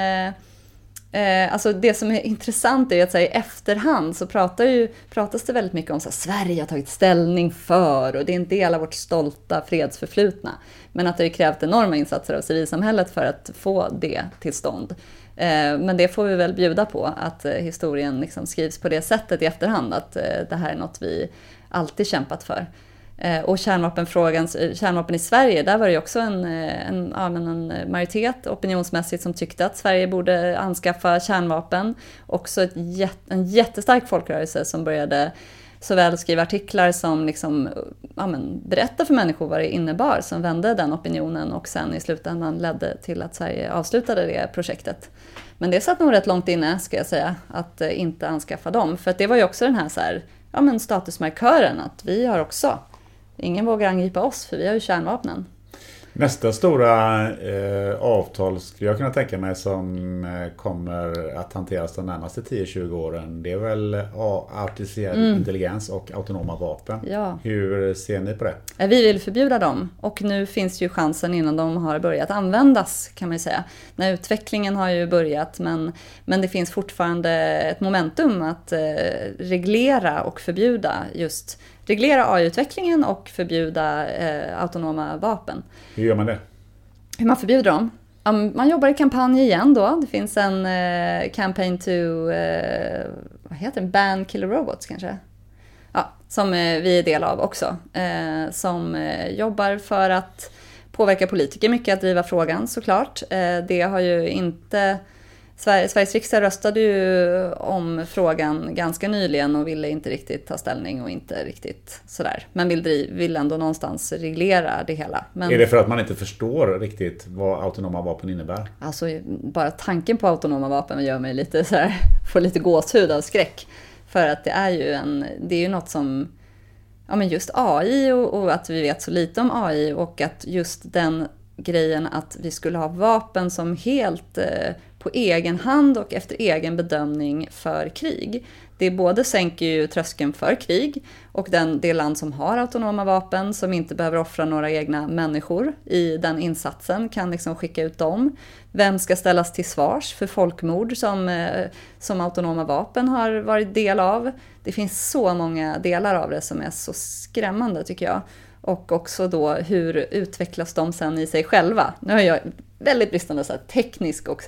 alltså det som är intressant är att i efterhand så pratas det väldigt mycket om att Sverige har tagit ställning för, och det är en del av vårt stolta fredsförflutna. Men att det har krävt enorma insatser av civilsamhället för att få det till stånd. Men det får vi väl bjuda på, att historien liksom skrivs på det sättet i efterhand, att det här är något vi alltid kämpat för. Och kärnvapen i Sverige, där var det också en majoritet opinionsmässigt som tyckte att Sverige borde anskaffa kärnvapen. Också en jättestark folkrörelse som började såväl skriva artiklar som liksom, berätta för människor vad det innebar, som vände den opinionen och sen i slutändan ledde till att Sverige avslutade det projektet. Men det satt nog rätt långt inne, ska jag säga, att inte anskaffa dem. För att det var ju också den här statusmarkören, att vi har också, ingen vågar angripa oss för vi har ju kärnvapnen. Nästa stora avtal skulle jag kunna tänka mig som kommer att hanteras de närmaste 10-20 åren. Det är väl artificiell intelligens och autonoma vapen. Ja. Hur ser ni på det? Vi vill förbjuda dem, och nu finns ju chansen innan de har börjat användas, kan man säga. När utvecklingen har ju börjat, men det finns fortfarande ett momentum att reglera och förbjuda just reglera AI-utvecklingen och förbjuda autonoma vapen. Hur gör man det? Hur man förbjuder dem? Man jobbar i kampanj igen då. Det finns en campaign to ban killer robots kanske. Ja, som vi är del av också. Som jobbar för att påverka politiker mycket att driva frågan, såklart. Det har ju inte... Sveriges riksdag röstade ju om frågan ganska nyligen och ville inte riktigt ta ställning och inte riktigt sådär. Men vill ändå någonstans reglera det hela. Men, är det för att man inte förstår riktigt vad autonoma vapen innebär? Alltså bara tanken på autonoma vapen gör mig lite sådär, får lite gåshud av skräck. För att det är ju något som, men just AI och att vi vet så lite om AI, och att just den grejen att vi skulle ha vapen som helt på egen hand och efter egen bedömning för krig. Det både sänker ju tröskeln för krig, och det land som har autonoma vapen som inte behöver offra några egna människor i den insatsen kan liksom skicka ut dem. Vem ska ställas till svars för folkmord som autonoma vapen har varit del av? Det finns så många delar av det som är så skrämmande, tycker jag. Och också då hur utvecklas de sen i sig själva. Nu har jag väldigt bristande teknisk och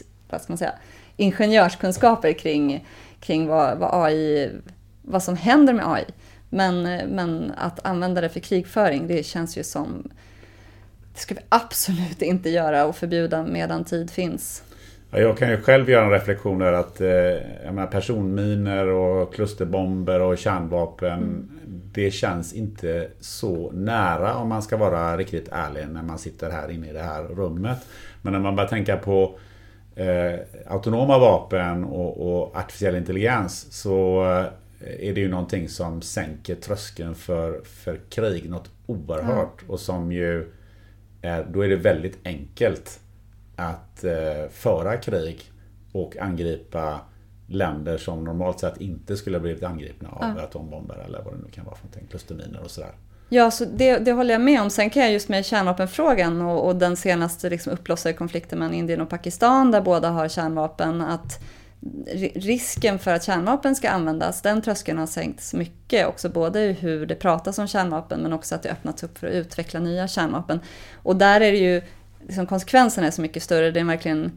ingenjörskunskaper kring vad AI, vad som händer med AI. Men att använda det för krigföring, det känns ju som, det ska vi absolut inte göra och förbjuda medan tid finns. Ja, jag kan ju själv göra en reflektion där att personminer och klusterbomber och kärnvapen, det känns inte så nära, om man ska vara riktigt ärlig, när man sitter här inne i det här rummet. Men när man börjar tänka på autonoma vapen och artificiell intelligens, så är det ju någonting som sänker tröskeln för krig något oerhört. Och som ju då är det väldigt enkelt att föra krig och angripa länder som normalt sett inte skulle ha blivit angripna av atombomber eller vad det nu kan vara för någonting, klusterminer och sådär. Ja, så det håller jag med om. Sen kan jag just med kärnvapenfrågan och den senaste liksom uppblossade konflikten mellan Indien och Pakistan, där båda har kärnvapen, att risken för att kärnvapen ska användas, den tröskeln har sänkts mycket. Också både hur det pratas om kärnvapen men också att det öppnats upp för att utveckla nya kärnvapen. Och där är det ju, liksom, konsekvenserna är så mycket större. Det är verkligen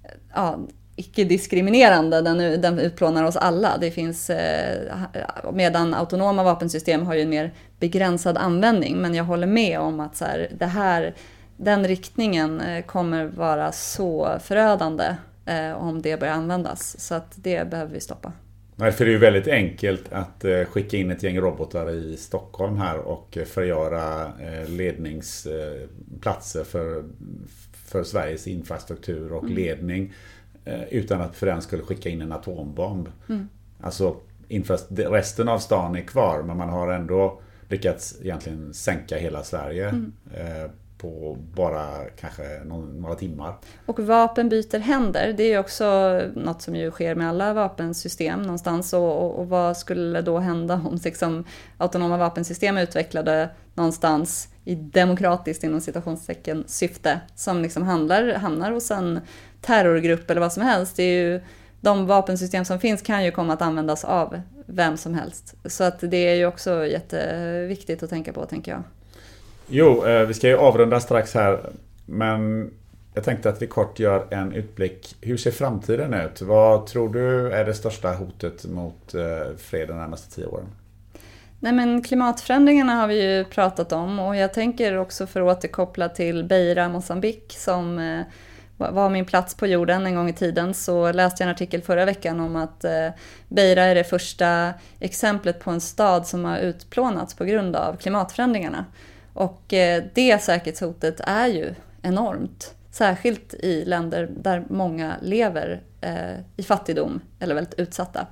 icke-diskriminerande, den utplånar oss alla. Det finns, medan autonoma vapensystem har ju en mer begränsad användning. Men jag håller med om att så här, den riktningen kommer vara så förödande om det börjar användas. Så att det behöver vi stoppa. Nej, för det är ju väldigt enkelt att skicka in ett gäng robotar i Stockholm här och förgöra ledningsplatser för Sveriges infrastruktur och ledning utan att för den skulle skicka in en atombomb. Alltså resten av stan är kvar, men man har ändå lyckats egentligen sänka hela Sverige på bara kanske några timmar. Och vapen byter händer, det är ju också något som ju sker med alla vapensystem någonstans. Och vad skulle då hända om liksom autonoma vapensystem utvecklade någonstans i demokratiskt inom citationstecken syfte som liksom hamnar hos en terrorgrupp eller vad som helst. Det är ju, de vapensystem som finns kan ju komma att användas av vem som helst. Så att det är ju också jätteviktigt att tänka på, tänker jag. Jo, vi ska ju avrunda strax här, men jag tänkte att vi kort gör en utblick. Hur ser framtiden ut? Vad tror du är det största hotet mot freden de närmaste 10 åren? Nej, men klimatförändringarna har vi ju pratat om, och jag tänker också, för att återkoppla till Beira, Mozambique, som var min plats på jorden en gång i tiden, så läste jag en artikel förra veckan om att Beira är det första exemplet på en stad som har utplånats på grund av klimatförändringarna. Och det säkerhetshotet är ju enormt, särskilt i länder där många lever i fattigdom eller väldigt utsatta.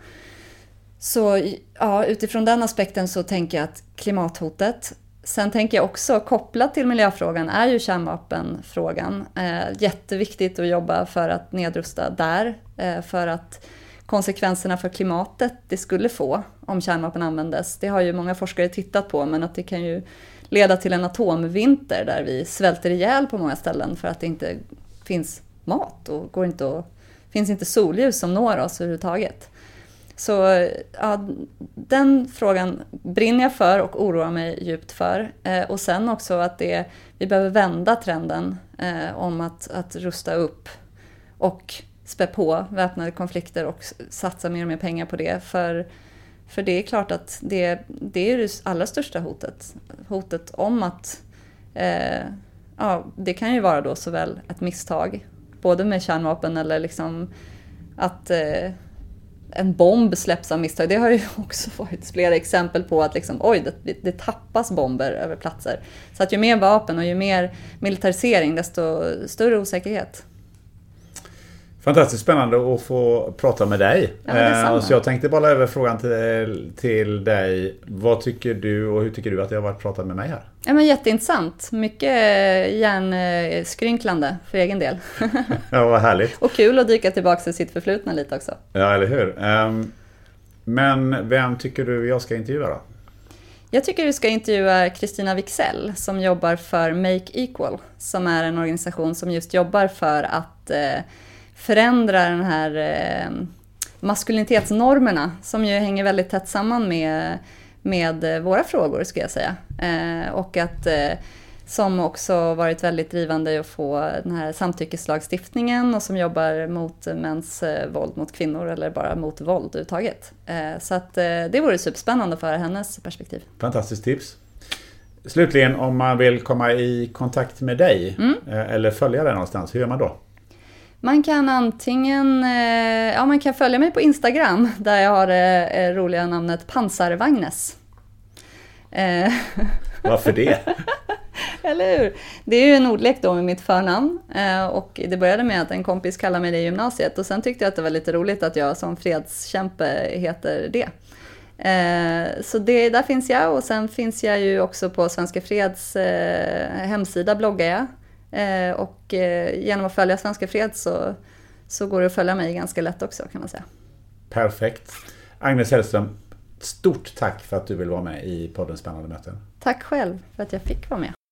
Så ja, utifrån den aspekten så tänker jag att klimathotet. Sen tänker jag också, kopplat till miljöfrågan, är ju kärnvapenfrågan. Jätteviktigt att jobba för att nedrusta där, för att konsekvenserna för klimatet det skulle få om kärnvapen användes. Det har ju många forskare tittat på, men att det kan ju leda till en atomvinter där vi svälter ihjäl på många ställen för att det inte finns mat och finns inte solljus som når oss överhuvudtaget. Så ja, den frågan brinner jag för och oroar mig djupt för. Och sen också att vi behöver vända trenden om att rusta upp och spä på väpnade konflikter och satsa mer och mer pengar på det. För det är klart att det är det allra största hotet. Hotet om att det kan ju vara då såväl ett misstag, både med kärnvapen eller liksom att en bomb släpps av misstag. Det har ju också varit flera exempel på att liksom, det tappas bomber över platser. Så att ju mer vapen och ju mer militarisering, desto större osäkerhet. Fantastiskt spännande att få prata med dig. Ja, så jag tänkte bara över frågan till dig. Vad tycker du och hur tycker du att det har varit att prata med mig här? Ja, men jätteintressant. Mycket hjärnskrynklande för egen del. Ja, vad härligt. Och kul att dyka tillbaka till sitt förflutna lite också. Ja, eller hur? Men vem tycker du jag ska intervjua då? Jag tycker du ska intervjua Kristina Wicksell som jobbar för Make Equal, som är en organisation som just jobbar för att förändra den här maskulinitetsnormerna som ju hänger väldigt tätt samman med våra frågor, ska jag säga. Och att som också varit väldigt drivande i att få den här samtyckeslagstiftningen och som jobbar mot mäns våld mot kvinnor eller bara mot våld överhuvudtaget. Så att det vore superspännande för hennes perspektiv. Fantastiskt tips. Slutligen, om man vill komma i kontakt med dig eller följa dig någonstans, hur gör man då? Man kan antingen man kan följa mig på Instagram där jag har det roliga namnet Pansarvagnes. Varför det? Eller hur? Det är ju en ordlek då med mitt förnamn och det började med att en kompis kallade mig det i gymnasiet och sen tyckte jag att det var lite roligt att jag som fredskämpe heter det. Så där finns jag, och sen finns jag ju också på Svenska Freds hemsida, bloggar jag. Och genom att följa Svenska Fred så går det att följa mig ganska lätt också, kan man säga. Perfekt. Agnes Hellström, stort tack för att du vill vara med i podden Spännande möten. Tack själv för att jag fick vara med.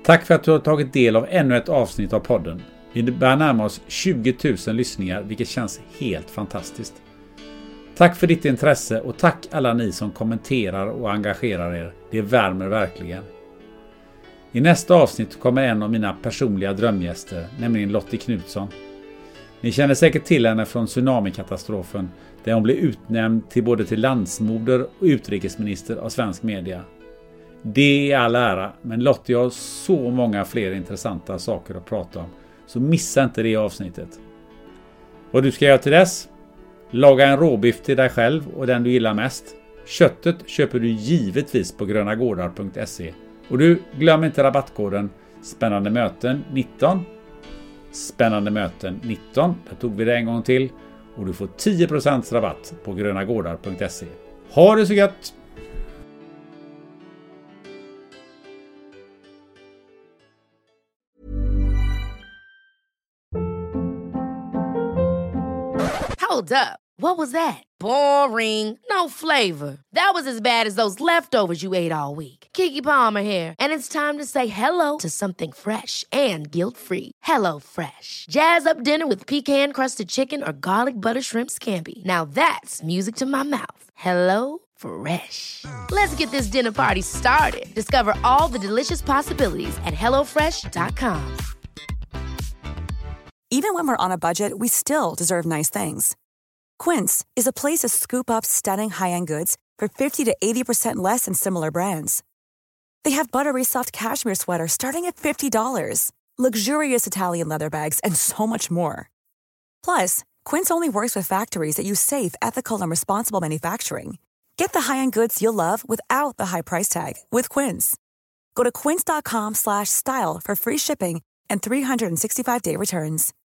Tack för att du har tagit del av ännu ett avsnitt av podden. Vi börjar närma oss 20 000 lyssningar, vilket känns helt fantastiskt. Tack för ditt intresse och tack alla ni som kommenterar och engagerar er. Det värmer verkligen. I nästa avsnitt kommer en av mina personliga drömgäster, nämligen Lottie Knutsson. Ni känner säkert till henne från tsunamikatastrofen där hon blev utnämnd till både till landsmoder och utrikesminister av svensk media. Det är all ära, men Lottie har så många fler intressanta saker att prata om, så missa inte det avsnittet. Vad du ska göra till dess? Laga en råbiff till dig själv och den du gillar mest. Köttet köper du givetvis på grönagårdar.se. Och du, glöm inte rabattkoden Spännande möten 19. Spännande möten 19. Där tog vi det en gång till. Och du får 10% rabatt på grönagårdar.se. Ha det så gött! Hold up. What was that? Boring. No flavor. That was as bad as those leftovers you ate all week. Keke Palmer here, and it's time to say hello to something fresh and guilt-free. Hello Fresh. Jazz up dinner with pecan-crusted chicken or garlic butter shrimp scampi. Now that's music to my mouth. Hello Fresh. Let's get this dinner party started. Discover all the delicious possibilities at hellofresh.com. Even when we're on a budget, we still deserve nice things. Quince is a place to scoop up stunning high-end goods for 50 to 80% less than similar brands. They have buttery soft cashmere sweaters starting at $50, luxurious Italian leather bags, and so much more. Plus, Quince only works with factories that use safe, ethical, and responsible manufacturing. Get the high-end goods you'll love without the high price tag with Quince. Go to quince.com/style for free shipping and 365-day returns.